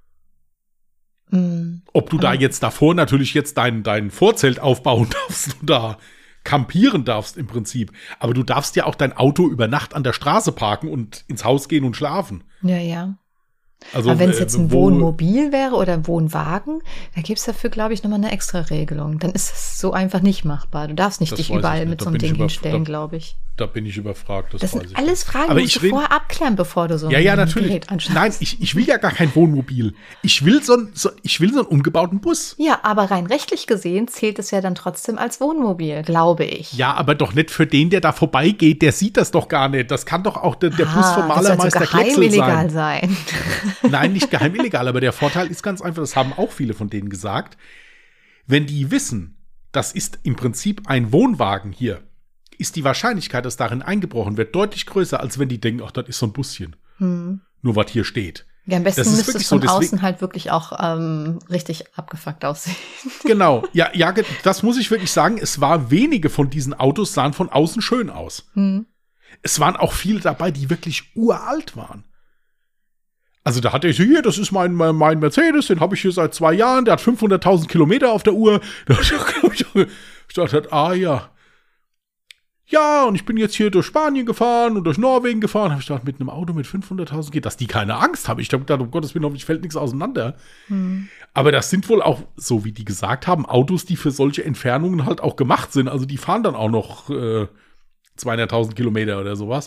Ob du da jetzt davor natürlich jetzt dein Vorzelt aufbauen darfst und da campieren darfst im Prinzip. Aber du darfst ja auch dein Auto über Nacht an der Straße parken und ins Haus gehen und schlafen. Ja. Also, aber wenn es jetzt ein Wohnmobil wäre oder ein Wohnwagen, da gibt es dafür, glaube ich, nochmal eine extra Regelung. Dann ist es so einfach nicht machbar. Du darfst nicht dich überall mit so einem Ding hinstellen, glaube ich. Da bin ich überfragt. Das sind alles Fragen, die musst du vorher abklären, bevor du so ein Gerät anschaffst. Nein, ich will ja gar kein Wohnmobil. Ich will so einen umgebauten Bus. Ja, aber rein rechtlich gesehen zählt es ja dann trotzdem als Wohnmobil, glaube ich. Ja, aber doch nicht für den, der da vorbeigeht. Der sieht das doch gar nicht. Das kann doch auch der Bus vom Malermeister Kletzel sein. Nein, nicht geheim illegal, aber der Vorteil ist ganz einfach, das haben auch viele von denen gesagt, wenn die wissen, das ist im Prinzip ein Wohnwagen hier, ist die Wahrscheinlichkeit, dass darin eingebrochen wird, deutlich größer, als wenn die denken, ach, das ist so ein Buschen. Nur was hier steht. Ja, am besten müsste es von außen halt wirklich auch richtig abgefuckt aussehen. Genau, ja, das muss ich wirklich sagen, es war wenige von diesen Autos sahen von außen schön aus. Es waren auch viele dabei, die wirklich uralt waren. Also da hat er so, hier, das ist mein Mercedes, den habe ich hier seit 2 Jahren, der hat 500.000 Kilometer auf der Uhr. Da ich dachte, ja. Ja, und ich bin jetzt hier durch Spanien gefahren und durch Norwegen gefahren. Habe ich gedacht, mit einem Auto mit 500.000 geht, dass die keine Angst haben. Ich habe gedacht, um Gottes Willen, hoffentlich fällt nichts auseinander. Aber das sind wohl auch, so wie die gesagt haben, Autos, die für solche Entfernungen halt auch gemacht sind. Also die fahren dann auch noch 200.000 Kilometer oder sowas.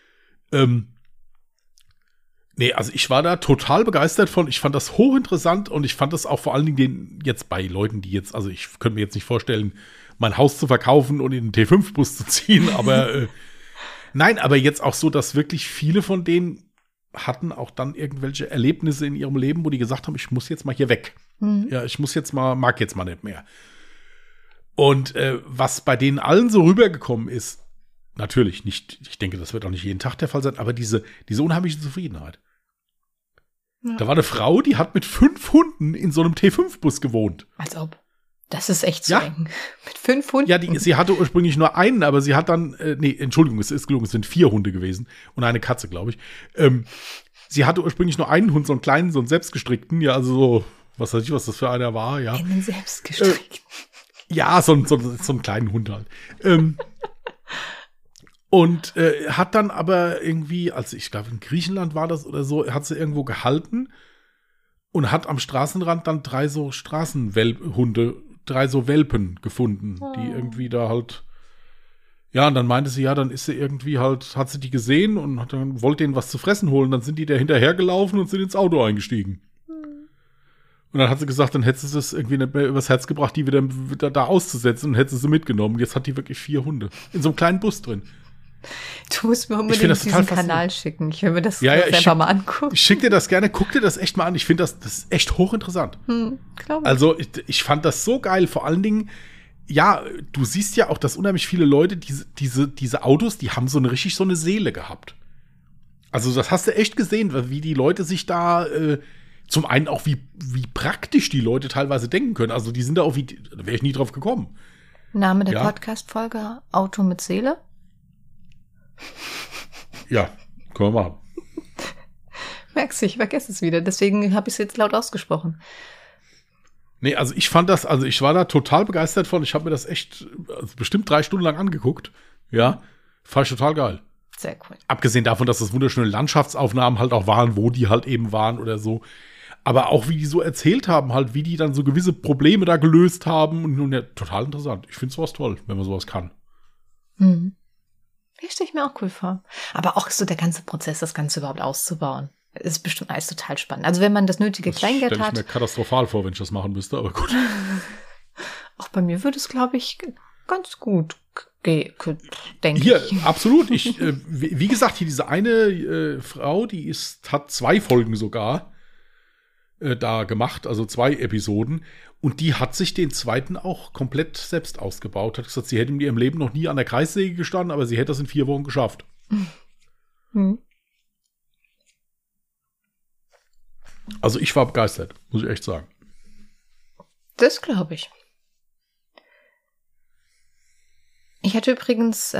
Nee, also ich war da total begeistert von. Ich fand das hochinteressant und ich fand das auch vor allen Dingen jetzt bei Leuten, die jetzt, also ich könnte mir jetzt nicht vorstellen, mein Haus zu verkaufen und in den T5-Bus zu ziehen, aber nein, aber jetzt auch so, dass wirklich viele von denen hatten auch dann irgendwelche Erlebnisse in ihrem Leben, wo die gesagt haben, ich muss jetzt mal hier weg. Ja, ich muss jetzt mal, mag jetzt mal nicht mehr. Und was bei denen allen so rübergekommen ist, natürlich nicht, ich denke, das wird auch nicht jeden Tag der Fall sein, aber diese unheimliche Zufriedenheit. Ja. Da war eine Frau, die hat mit 5 Hunden in so einem T5-Bus gewohnt. Als ob. Das ist echt so eng. Mit 5 Hunden? Ja, sie hatte ursprünglich nur einen, aber sie hat dann, Entschuldigung, es ist gelungen, es sind 4 Hunde gewesen und eine Katze, glaube ich. Sie hatte ursprünglich nur einen Hund, so einen kleinen, so einen selbstgestrickten, ja, also so, was weiß ich, was das für einer war, ja. Einen selbstgestrickten. Ja, so einen kleinen Hund halt. Und hat dann aber irgendwie, also ich glaube in Griechenland war das oder so, hat sie irgendwo gehalten und hat am Straßenrand dann 3 so Straßenhunde, 3 so Welpen gefunden, die irgendwie da halt, ja, und dann meinte sie, ja, dann ist sie irgendwie halt, hat sie die gesehen und hat dann wollte denen was zu fressen holen, dann sind die da hinterhergelaufen und sind ins Auto eingestiegen. Und dann hat sie gesagt, dann hätte sie das irgendwie nicht mehr übers Herz gebracht, die wieder da auszusetzen und hätte sie mitgenommen. Jetzt hat die wirklich 4 Hunde in so einem kleinen Bus drin. Du musst mir unbedingt diesen Kanal schicken. Ich will mir das einfach mal angucken. Ich schicke dir das gerne, guck dir das echt mal an. Ich finde das ist echt hochinteressant. Also ich fand das so geil. Vor allen Dingen, ja, du siehst ja auch, dass unheimlich viele Leute, diese Autos, die haben so eine Seele gehabt. Also das hast du echt gesehen, wie die Leute sich da zum einen auch, wie praktisch die Leute teilweise denken können. Also die sind da auch, da wäre ich nie drauf gekommen. Name der Podcast-Folge, Auto mit Seele? Ja, können wir machen. Merkst du, ich vergesse es wieder. Deswegen habe ich es jetzt laut ausgesprochen. Nee, also ich war da total begeistert von. Ich habe mir das echt bestimmt 3 Stunden lang angeguckt. Ja, fand ich total geil. Sehr cool. Abgesehen davon, dass das wunderschöne Landschaftsaufnahmen halt auch waren, wo die halt eben waren oder so. Aber auch, wie die so erzählt haben, halt, wie die dann so gewisse Probleme da gelöst haben. Und nun, ja, total interessant. Ich finde sowas toll, wenn man sowas kann. Das stelle ich mir auch cool vor. Aber auch so der ganze Prozess, das Ganze überhaupt auszubauen, ist bestimmt alles total spannend. Also wenn man das nötige Kleingeld hat. Das stelle ich mir katastrophal vor, wenn ich das machen müsste, aber gut. Auch bei mir würde es, glaube ich, ganz gut denke ich. Hier, absolut. Wie gesagt, hier diese eine Frau, die hat 2 Folgen sogar da gemacht, also 2 Episoden. Und die hat sich den 2. auch komplett selbst ausgebaut. Hat gesagt, sie hätte in ihrem Leben noch nie an der Kreissäge gestanden, aber sie hätte das in 4 Wochen geschafft. Also ich war begeistert, muss ich echt sagen. Das glaube ich. Ich hatte übrigens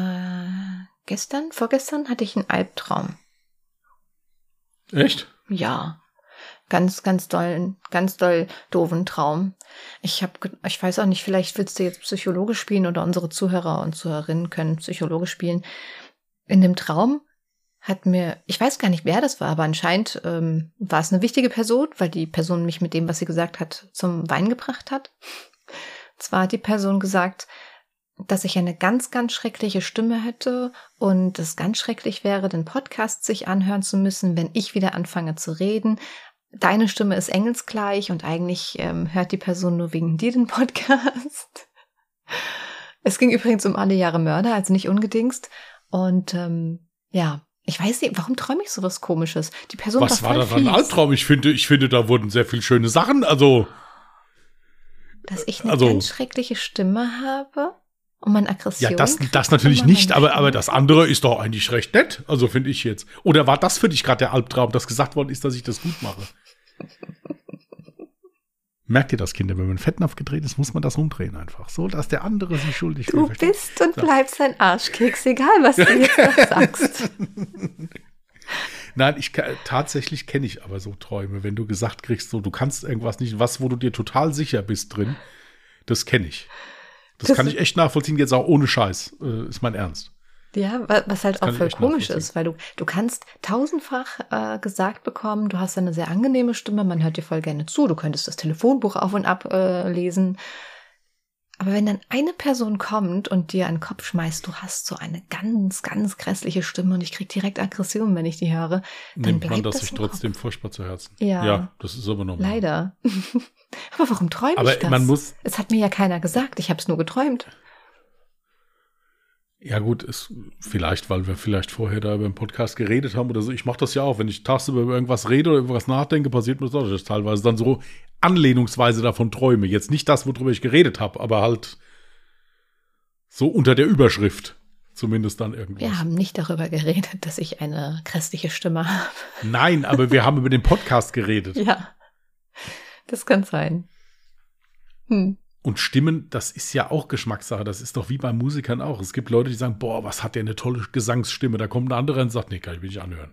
vorgestern hatte ich einen Albtraum. Echt? Ja. Ganz doll doofen Traum. Ich weiß auch nicht, vielleicht willst du jetzt Psychologe spielen oder unsere Zuhörer und Zuhörerinnen können Psychologe spielen. In dem Traum ich weiß gar nicht, wer das war, aber anscheinend war es eine wichtige Person, weil die Person mich mit dem, was sie gesagt hat, zum Weinen gebracht hat. Zwar hat die Person gesagt, dass ich eine ganz, ganz schreckliche Stimme hätte und es ganz schrecklich wäre, den Podcast sich anhören zu müssen, wenn ich wieder anfange zu reden. Deine Stimme ist engelsgleich und eigentlich hört die Person nur wegen dir den Podcast. Es ging übrigens um Alle Jahre Mörder, also nicht ungedingst. Und ja, ich weiß nicht, warum träume ich sowas Komisches? Die Person Was war da ein Albtraum? Ich finde, da wurden sehr viele schöne Sachen, also. Dass ich eine ganz schreckliche Stimme habe und meine Aggression. Ja, das natürlich nicht, aber das andere ist doch eigentlich recht nett, also finde ich jetzt. Oder war das für dich gerade der Albtraum, dass gesagt worden ist, dass ich das gut mache? Merkt ihr das, Kinder? Wenn man Fettnapf gedreht ist, muss man das umdrehen einfach. So, dass der andere sich schuldig fühlt. Du bist und bleibst ein Arschkeks, egal was du jetzt noch sagst. Nein, tatsächlich kenne ich aber so Träume, wenn du gesagt kriegst, so, du kannst irgendwas nicht, wo du dir total sicher bist drin, das kenne ich. Das kann ich echt nachvollziehen, jetzt auch ohne Scheiß, ist mein Ernst. Ja, was halt auch voll komisch ist, weil du kannst tausendfach gesagt bekommen, du hast eine sehr angenehme Stimme, man hört dir voll gerne zu, du könntest das Telefonbuch auf und ab lesen. Aber wenn dann eine Person kommt und dir an den Kopf schmeißt, du hast so eine ganz, ganz grässliche Stimme und ich krieg direkt Aggression, wenn ich die höre, dann nimmt man das sich trotzdem furchtbar zu Herzen. Ja, das ist aber normal. Leider. Aber warum träume ich das? Es hat mir ja keiner gesagt, ich habe es nur geträumt. Ja gut, vielleicht, weil wir vorher da über den Podcast geredet haben oder so. Ich mache das ja auch, wenn ich tagsüber über irgendwas rede oder über was nachdenke, passiert mir das auch, dass ich teilweise dann so anlehnungsweise davon träume. Jetzt nicht das, worüber ich geredet habe, aber halt so unter der Überschrift zumindest dann irgendwas. Wir haben nicht darüber geredet, dass ich eine grässliche Stimme habe. Nein, aber wir haben über den Podcast geredet. Ja, das kann sein. Und Stimmen, das ist ja auch Geschmackssache. Das ist doch wie bei Musikern auch. Es gibt Leute, die sagen, boah, was hat der eine tolle Gesangsstimme. Da kommt ein anderer und sagt, nee, kann ich mir nicht anhören.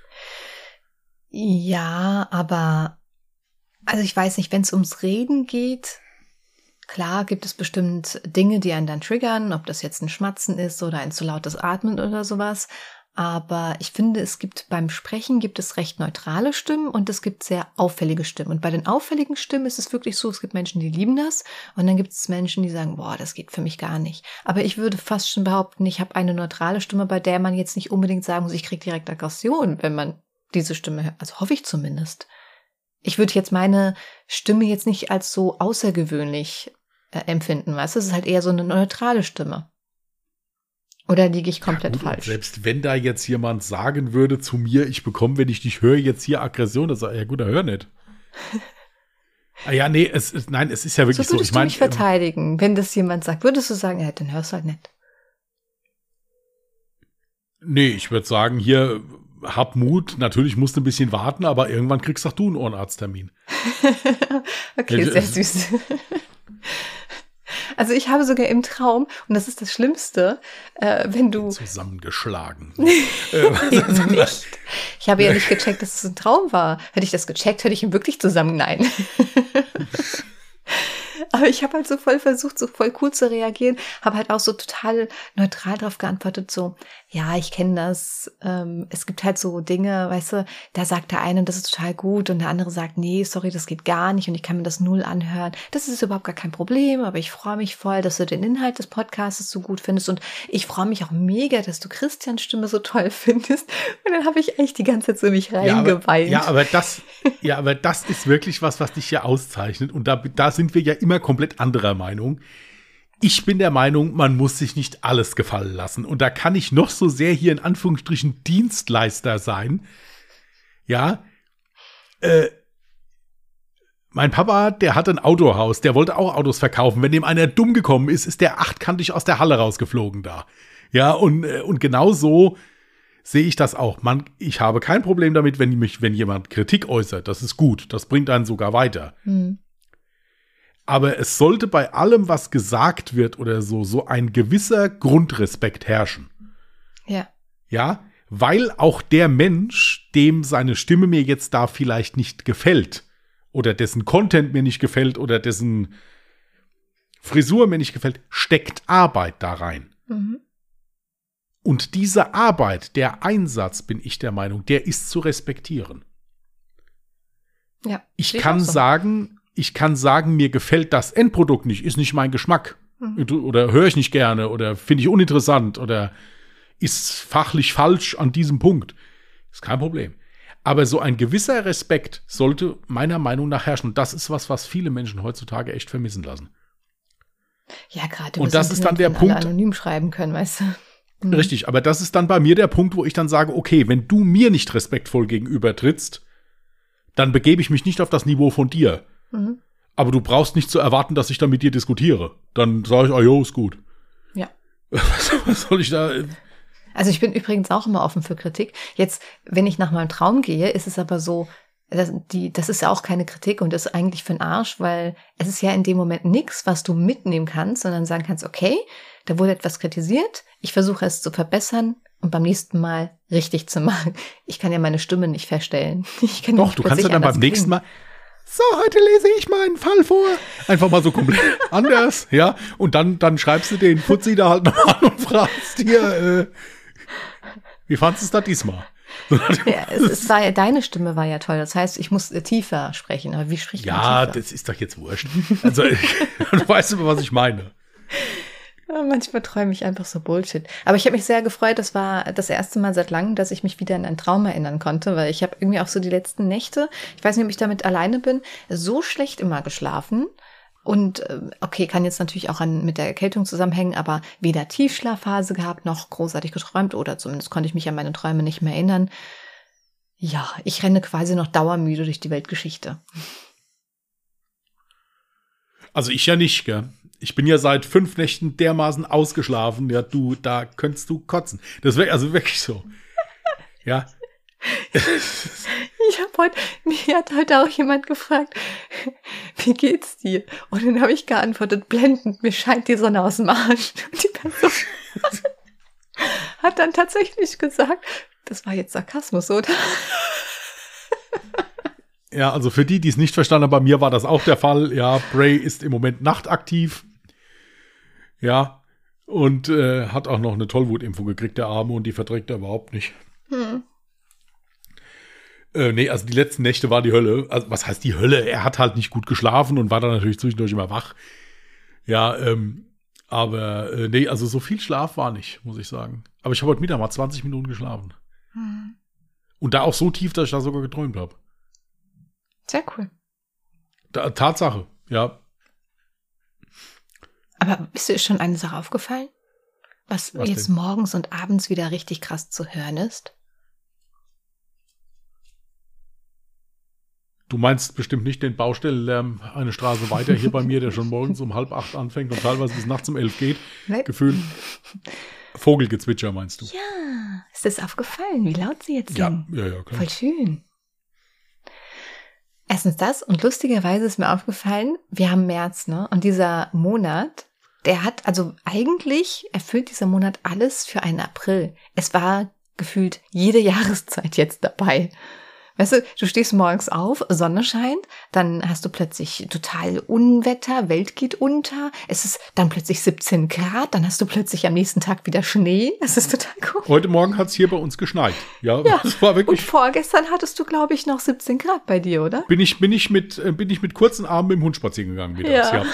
Ja, aber also ich weiß nicht, wenn es ums Reden geht, klar gibt es bestimmt Dinge, die einen dann triggern, ob das jetzt ein Schmatzen ist oder ein zu lautes Atmen oder sowas. Aber ich finde, beim Sprechen gibt es recht neutrale Stimmen und es gibt sehr auffällige Stimmen. Und bei den auffälligen Stimmen ist es wirklich so, es gibt Menschen, die lieben das und dann gibt es Menschen, die sagen, boah, das geht für mich gar nicht. Aber ich würde fast schon behaupten, ich habe eine neutrale Stimme, bei der man jetzt nicht unbedingt sagen muss, ich kriege direkt Aggression, wenn man diese Stimme hört. Also hoffe ich zumindest. Ich würde jetzt meine Stimme jetzt nicht als so außergewöhnlich empfinden, weißt du? Es ist halt eher so eine neutrale Stimme. Oder liege ich komplett falsch? Selbst wenn da jetzt jemand sagen würde zu mir, ich bekomme, wenn ich dich höre, jetzt hier Aggression, das ja gut, hör nicht. Ja, nee, es ist ja wirklich so. Würdest du mich verteidigen, wenn das jemand sagt? Würdest du sagen, ja, dann hörst du halt nicht? Nee, ich würde sagen, hier, hab Mut, natürlich musst du ein bisschen warten, aber irgendwann kriegst auch du einen Ohrenarzttermin. Okay, sehr süß. Also ich habe sogar im Traum, und das ist das Schlimmste, wenn du... Zusammengeschlagen. Nicht. Ich habe ja nicht gecheckt, dass es ein Traum war. Hätte ich das gecheckt, hätte ich ihn wirklich zusammen... Nein. Aber ich habe halt so voll versucht, so voll cool zu reagieren, habe halt auch so total neutral drauf geantwortet, so, ja, ich kenne das, es gibt halt so Dinge, weißt du, da sagt der eine, das ist total gut und der andere sagt, nee, sorry, das geht gar nicht und ich kann mir das null anhören. Das ist überhaupt gar kein Problem, aber ich freue mich voll, dass du den Inhalt des Podcasts so gut findest und ich freue mich auch mega, dass du Christians Stimme so toll findest. Und dann habe ich echt die ganze Zeit so mich reingeweint. Ja, aber das ist wirklich was dich hier auszeichnet und da sind wir ja immer komplett anderer Meinung. Ich bin der Meinung, man muss sich nicht alles gefallen lassen. Und da kann ich noch so sehr hier in Anführungsstrichen Dienstleister sein. Ja, mein Papa, der hat ein Autohaus, der wollte auch Autos verkaufen. Wenn dem einer dumm gekommen ist, ist der achtkantig aus der Halle rausgeflogen da. Ja, und genau so sehe ich das auch. Ich habe kein Problem damit, wenn jemand Kritik äußert. Das ist gut, das bringt einen sogar weiter. Aber es sollte bei allem, was gesagt wird oder so ein gewisser Grundrespekt herrschen. Ja. Ja, weil auch der Mensch, dem seine Stimme mir jetzt da vielleicht nicht gefällt oder dessen Content mir nicht gefällt oder dessen Frisur mir nicht gefällt, steckt Arbeit da rein. Und diese Arbeit, der Einsatz, bin ich der Meinung, der ist zu respektieren. Ja. Ich kann sagen, mir gefällt das Endprodukt nicht, ist nicht mein Geschmack. Oder höre ich nicht gerne oder finde ich uninteressant oder ist fachlich falsch an diesem Punkt. Ist kein Problem. Aber so ein gewisser Respekt sollte meiner Meinung nach herrschen. Und das ist was viele Menschen heutzutage echt vermissen lassen. Ja, gerade. Und das ist dann der Punkt. Alle anonym schreiben können, weißt du. Richtig, aber das ist dann bei mir der Punkt, wo ich dann sage, okay, wenn du mir nicht respektvoll gegenüber trittst, dann begebe ich mich nicht auf das Niveau von dir. Mhm. Aber du brauchst nicht zu erwarten, dass ich dann mit dir diskutiere. Dann sage ich, jo, ist gut. Ja. Was soll ich da? Also ich bin übrigens auch immer offen für Kritik. Jetzt, wenn ich nach meinem Traum gehe, ist es aber so, das ist ja auch keine Kritik und das ist eigentlich für den Arsch, weil es ist ja in dem Moment nichts, was du mitnehmen kannst, sondern sagen kannst, okay, da wurde etwas kritisiert, ich versuche es zu verbessern und beim nächsten Mal richtig zu machen. Ich kann ja meine Stimme nicht verstellen. Doch, du kannst ja dann beim nächsten Mal, so, heute lese ich mal einen Fall vor. Einfach mal so komplett anders, ja. Und dann schreibst du den Fuzzi da halt noch an und fragst dir, wie fandest du es da diesmal? Ja, es war ja, deine Stimme war ja toll. Das heißt, ich muss tiefer sprechen. Aber wie spricht man tiefer? Ja, das ist doch jetzt wurscht. Also, du weißt immer, was ich meine. Ja, manchmal träume ich einfach so Bullshit. Aber ich habe mich sehr gefreut. Das war das erste Mal seit langem, dass ich mich wieder an einen Traum erinnern konnte, weil ich habe irgendwie auch so die letzten Nächte, ich weiß nicht, ob ich damit alleine bin, so schlecht immer geschlafen. Und okay, kann jetzt natürlich auch mit der Erkältung zusammenhängen, aber weder Tiefschlafphase gehabt, noch großartig geträumt oder zumindest konnte ich mich an meine Träume nicht mehr erinnern. Ja, ich renne quasi noch dauermüde durch die Weltgeschichte. Also ich ja nicht, gell? Ich bin ja seit 5 Nächten dermaßen ausgeschlafen, ja, da könntest du kotzen. Das wäre also wirklich so. Ja. Mir hat heute auch jemand gefragt, wie geht's dir? Und dann habe ich geantwortet, blendend, mir scheint die Sonne aus dem Arsch. Und die Person hat dann tatsächlich gesagt, das war jetzt Sarkasmus, oder? Ja, also für die es nicht verstanden haben, bei mir war das auch der Fall. Ja, Bray ist im Moment nachtaktiv. Ja, und hat auch noch eine Tollwutimpfung gekriegt, der Arme, und die verträgt er überhaupt nicht. Nee, also die letzten Nächte war die Hölle. Also was heißt die Hölle? Er hat halt nicht gut geschlafen und war dann natürlich zwischendurch immer wach. Ja, aber nee, also so viel Schlaf war nicht, muss ich sagen. Aber ich habe heute Mittag mal 20 Minuten geschlafen. Und da auch so tief, dass ich da sogar geträumt habe. Sehr cool. Tatsache, ja. Aber ist dir schon eine Sache aufgefallen? Was jetzt denn? Morgens und abends wieder richtig krass zu hören ist? Du meinst bestimmt nicht den Baustellenlärm eine Straße weiter hier bei mir, der schon morgens um 7:30 anfängt und teilweise bis nachts um 11 geht. Gefühlt. Vogelgezwitscher meinst du? Ja, ist das aufgefallen, wie laut sie jetzt sind? Ja, klar. Voll schön. Erstens das, und lustigerweise ist mir aufgefallen, wir haben März, ne? Und dieser Monat, der hat, also eigentlich erfüllt dieser Monat alles für einen April. Es war gefühlt jede Jahreszeit jetzt dabei. Weißt du, du stehst morgens auf, Sonne scheint, dann hast du plötzlich total Unwetter, Welt geht unter, es ist dann plötzlich 17 Grad, dann hast du plötzlich am nächsten Tag wieder Schnee, das ist total cool. Heute Morgen hat es hier bei uns geschneit. Ja, das war wirklich. Und vorgestern hattest du, glaube ich, noch 17 Grad bei dir, oder? Bin ich mit kurzen Armen mit dem Hund spazieren gegangen mittags, ja.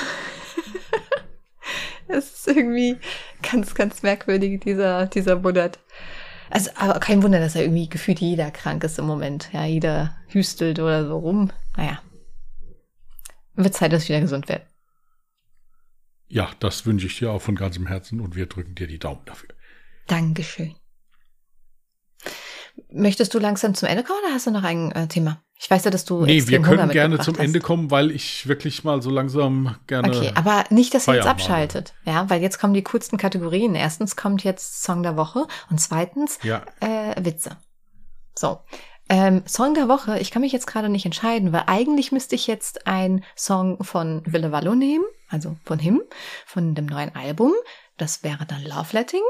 Es ist irgendwie ganz, ganz merkwürdig, dieser Monat. Also, aber kein Wunder, dass irgendwie gefühlt jeder krank ist im Moment. Ja, jeder hüstelt oder so rum. Naja. Wird Zeit, dass ich wieder gesund werde. Ja, das wünsche ich dir auch von ganzem Herzen und wir drücken dir die Daumen dafür. Dankeschön. Möchtest du langsam zum Ende kommen oder hast du noch ein Thema? Ich weiß ja, dass du wir können gerne zum Ende kommen, weil ich wirklich mal so langsam gerne. Okay, aber nicht, dass ihr jetzt abschaltet. Ja, weil jetzt kommen die coolsten Kategorien. Erstens kommt jetzt Song der Woche und zweitens Witze. So, Song der Woche, ich kann mich jetzt gerade nicht entscheiden, weil eigentlich müsste ich jetzt einen Song von Ville Valo nehmen, also von Him, von dem neuen Album. Das wäre dann Love Letting.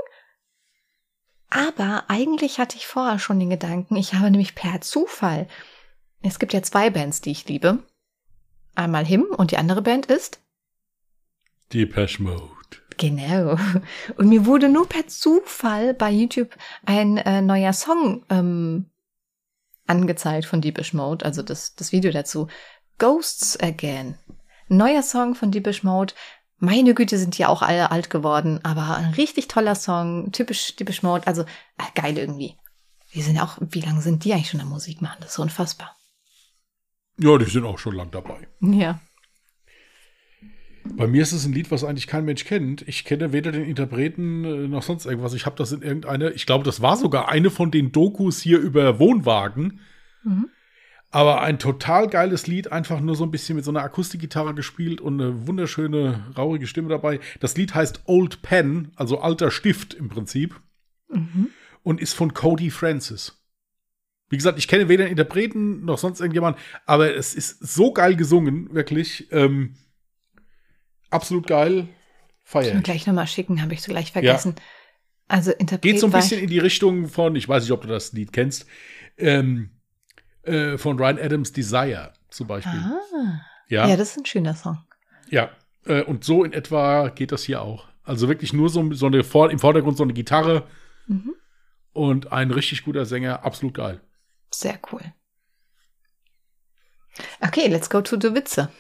Aber eigentlich hatte ich vorher schon den Gedanken, ich habe nämlich per Zufall, es gibt ja 2 Bands, die ich liebe. Einmal Him und die andere Band ist? Depeche Mode. Genau. Und mir wurde nur per Zufall bei YouTube ein neuer Song angezeigt von Depeche Mode, also das Video dazu. Ghosts Again. Neuer Song von Depeche Mode. Meine Güte, sind die auch alle alt geworden, aber ein richtig toller Song, typisch Depeche Mode, also geil irgendwie. Wie lange sind die eigentlich schon in der Musik machen? Das ist unfassbar. Ja, die sind auch schon lang dabei. Ja. Bei mir ist es ein Lied, was eigentlich kein Mensch kennt. Ich kenne weder den Interpreten noch sonst irgendwas. Ich habe das in ich glaube, das war sogar eine von den Dokus hier über Wohnwagen. Mhm. Aber ein total geiles Lied, einfach nur so ein bisschen mit so einer Akustikgitarre gespielt und eine wunderschöne, rauchige Stimme dabei. Das Lied heißt Old Pen, also alter Stift im Prinzip. Mhm. Und ist von Cody Francis. Wie gesagt, ich kenne weder den Interpreten noch sonst irgendjemand, aber es ist so geil gesungen, wirklich. Absolut geil. Feier. Ich will gleich nochmal schicken, habe ich so gleich vergessen. Ja. Also Interpret geht so ein bisschen in die Richtung von, ich weiß nicht, ob du das Lied kennst, von Ryan Adams Desire zum Beispiel. Ah. Ja, das ist ein schöner Song. Ja, und so in etwa geht das hier auch. Also wirklich nur so eine im Vordergrund so eine Gitarre und ein richtig guter Sänger, absolut geil. Sehr cool. Okay, let's go to the Witze.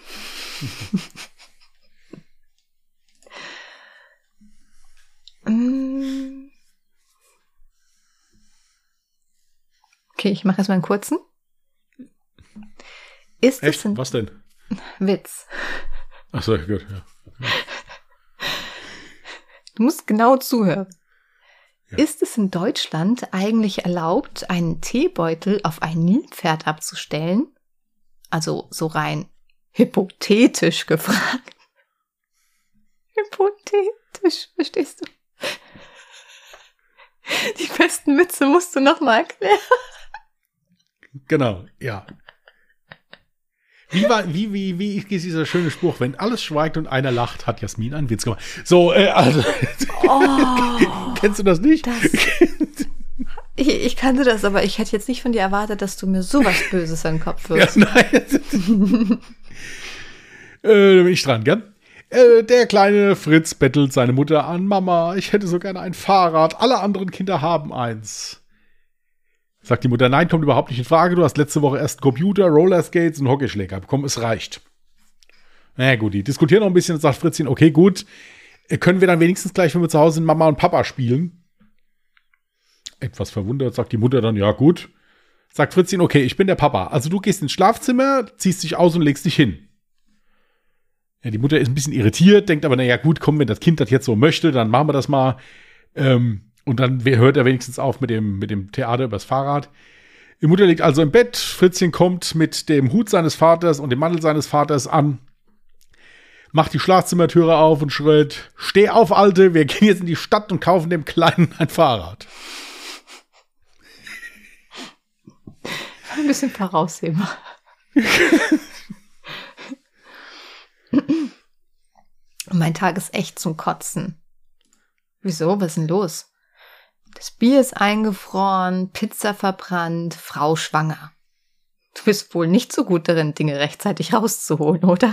Okay, ich mache erstmal einen kurzen. Ist Echt? es ein Was denn? Witz? Achso, gut, ja. Du musst genau zuhören. Ja. Ist es in Deutschland eigentlich erlaubt, einen Teebeutel auf ein Nilpferd abzustellen? Also so rein hypothetisch gefragt. Hypothetisch, verstehst du? Die besten Witze musst du noch mal erklären. Genau, ja. Wie ist dieser schöne Spruch? Wenn alles schweigt und einer lacht, hat Jasmin einen Witz gemacht. So, also. Oh, kennst du das nicht? Ich kannte das, aber ich hätte jetzt nicht von dir erwartet, dass du mir sowas Böses an den Kopf wirfst. Ja, nein. Da bin ich dran, gell? Der kleine Fritz bettelt seine Mutter an. Mama, ich hätte so gerne ein Fahrrad. Alle anderen Kinder haben eins. Sagt die Mutter, nein, kommt überhaupt nicht in Frage. Du hast letzte Woche erst Computer, Rollerskates und Hockeyschläger bekommen. Es reicht. Na gut, die diskutieren noch ein bisschen und sagt Fritzchen, okay, gut. Können wir dann wenigstens gleich, wenn wir zu Hause sind, Mama und Papa spielen? Etwas verwundert sagt die Mutter dann, ja gut. Sagt Fritzchen, okay, ich bin der Papa. Also du gehst ins Schlafzimmer, ziehst dich aus und legst dich hin. Ja, die Mutter ist ein bisschen irritiert, denkt aber, naja gut, komm, wenn das Kind das jetzt so möchte, dann machen wir das mal. Und dann hört er wenigstens auf mit dem Theater übers Fahrrad. Die Mutter liegt also im Bett. Fritzchen kommt mit dem Hut seines Vaters und dem Mantel seines Vaters an, macht die Schlafzimmertüre auf und schreit, steh auf, Alte, wir gehen jetzt in die Stadt und kaufen dem Kleinen ein Fahrrad. Ein bisschen vorausheben. Mein Tag ist echt zum Kotzen. Wieso? Was ist denn los? Das Bier ist eingefroren, Pizza verbrannt, Frau schwanger. Du bist wohl nicht so gut darin, Dinge rechtzeitig rauszuholen, oder?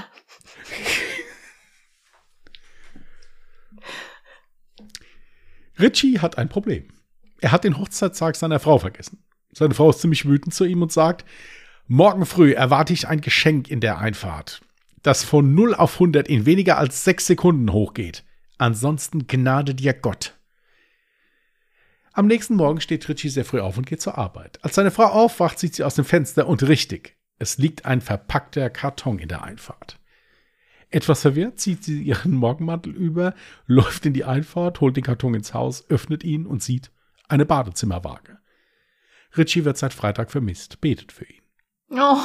Richie hat ein Problem. Er hat den Hochzeitstag seiner Frau vergessen. Seine Frau ist ziemlich wütend zu ihm und sagt, morgen früh erwarte ich ein Geschenk in der Einfahrt, das von 0 auf 100 in weniger als 6 Sekunden hochgeht. Ansonsten gnade dir Gott. Am nächsten Morgen steht Richie sehr früh auf und geht zur Arbeit. Als seine Frau aufwacht, sieht sie aus dem Fenster und richtig, es liegt ein verpackter Karton in der Einfahrt. Etwas verwirrt zieht sie ihren Morgenmantel über, läuft in die Einfahrt, holt den Karton ins Haus, öffnet ihn und sieht eine Badezimmerwaage. Richie wird seit Freitag vermisst, betet für ihn. Oh.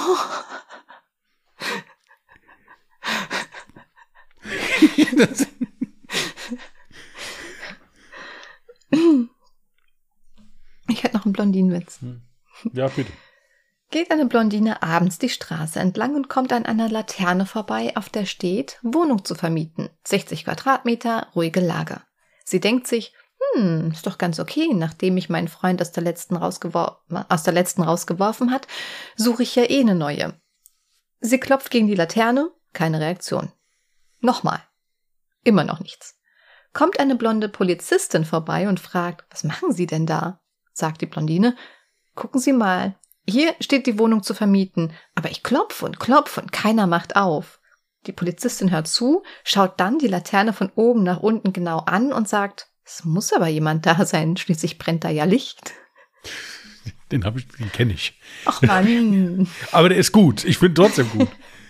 Ich hätte noch einen Blondinenwitz. Ja, bitte. Geht eine Blondine abends die Straße entlang und kommt an einer Laterne vorbei, auf der steht, Wohnung zu vermieten. 60 Quadratmeter, ruhige Lage. Sie denkt sich, ist doch ganz okay, nachdem mich mein Freund aus der letzten rausgeworfen hat, suche ich ja eh eine neue. Sie klopft gegen die Laterne, keine Reaktion. Nochmal. Immer noch nichts. kommt eine blonde Polizistin vorbei und fragt, was machen Sie denn da? Sagt die Blondine, gucken Sie mal, hier steht die Wohnung zu vermieten, aber ich klopfe und keiner macht auf. Die Polizistin hört zu, schaut dann die Laterne von oben nach unten genau an und sagt, es muss aber jemand da sein, schließlich brennt da ja Licht. Den kenne ich. Ach Mann. Aber der ist gut. Ich finde trotzdem gut.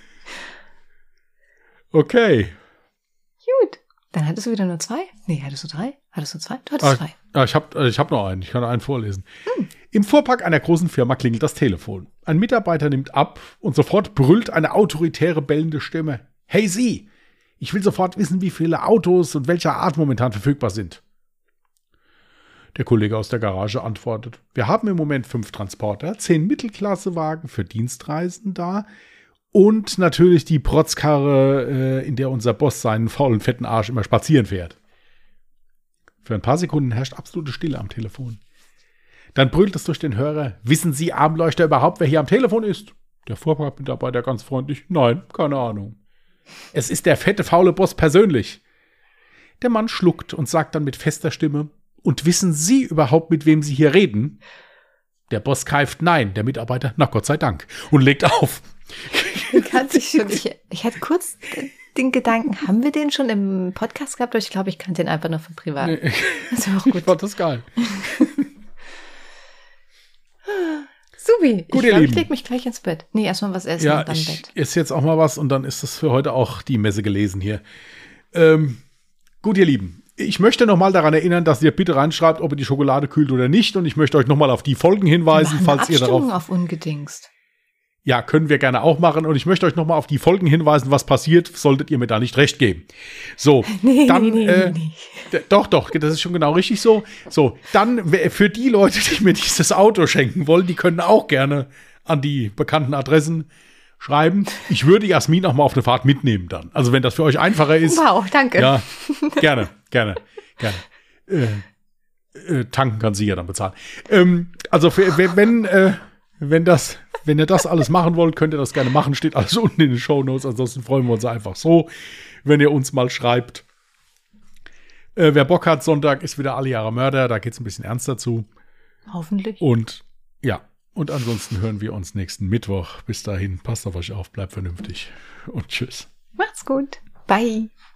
Okay. Gut. Dann hattest du wieder nur 2? Nee, hattest du 3? Hattest du 2? Du hattest 2. Ich hab noch einen. Ich kann einen vorlesen. Im Fuhrpark einer großen Firma klingelt das Telefon. Ein Mitarbeiter nimmt ab und sofort brüllt eine autoritäre, bellende Stimme. Hey Sie! Ich will sofort wissen, wie viele Autos und welcher Art momentan verfügbar sind. Der Kollege aus der Garage antwortet, wir haben im Moment 5 Transporter, 10 Mittelklassewagen für Dienstreisen da und natürlich die Protzkarre, in der unser Boss seinen faulen, fetten Arsch immer spazieren fährt. Für ein paar Sekunden herrscht absolute Stille am Telefon. Dann brüllt es durch den Hörer, wissen Sie, Armleuchter, überhaupt, wer hier am Telefon ist? Der Fuhrparkmitarbeiter ganz freundlich, nein, keine Ahnung. Es ist der fette, faule Boss persönlich. Der Mann schluckt und sagt dann mit fester Stimme, und wissen Sie überhaupt, mit wem Sie hier reden? Der Boss keift nein, der Mitarbeiter, na Gott sei Dank, und legt auf. Ich hatte kurz den Gedanken, haben wir den schon im Podcast gehabt? Ich glaube, ich kannte den einfach nur von privat. Nee. Das war auch gut. Ich fand das geil. Subi, gut, ich lege mich gleich ins Bett. Nee, erstmal was essen und dann Bett. Ich esse jetzt auch mal was und dann ist das für heute auch die Messe gelesen hier. Gut, ihr Lieben. Ich möchte noch mal daran erinnern, dass ihr bitte reinschreibt, ob ihr die Schokolade kühlt oder nicht. Und ich möchte euch noch mal auf die Folgen hinweisen, falls ihr darauf... auf ungedingst. Ja, können wir gerne auch machen. Und ich möchte euch noch mal auf die Folgen hinweisen, was passiert, solltet ihr mir da nicht recht geben. So, nee. Doch, das ist schon genau richtig so. So, dann für die Leute, die mir dieses Auto schenken wollen, die können auch gerne an die bekannten Adressen schreiben. Ich würde Jasmin auch mal auf eine Fahrt mitnehmen dann. Also wenn das für euch einfacher ist. Wow, danke. Ja, gerne. Tanken kann sie ja dann bezahlen. Also wenn ihr das alles machen wollt, könnt ihr das gerne machen. Steht alles unten in den Shownotes. Ansonsten freuen wir uns einfach so, wenn ihr uns mal schreibt. Wer Bock hat, Sonntag ist wieder Alle Jahre Mörder. Da geht's ein bisschen ernster zu. Hoffentlich. Und ansonsten hören wir uns nächsten Mittwoch. Bis dahin, passt auf euch auf, bleibt vernünftig und tschüss. Macht's gut. Bye.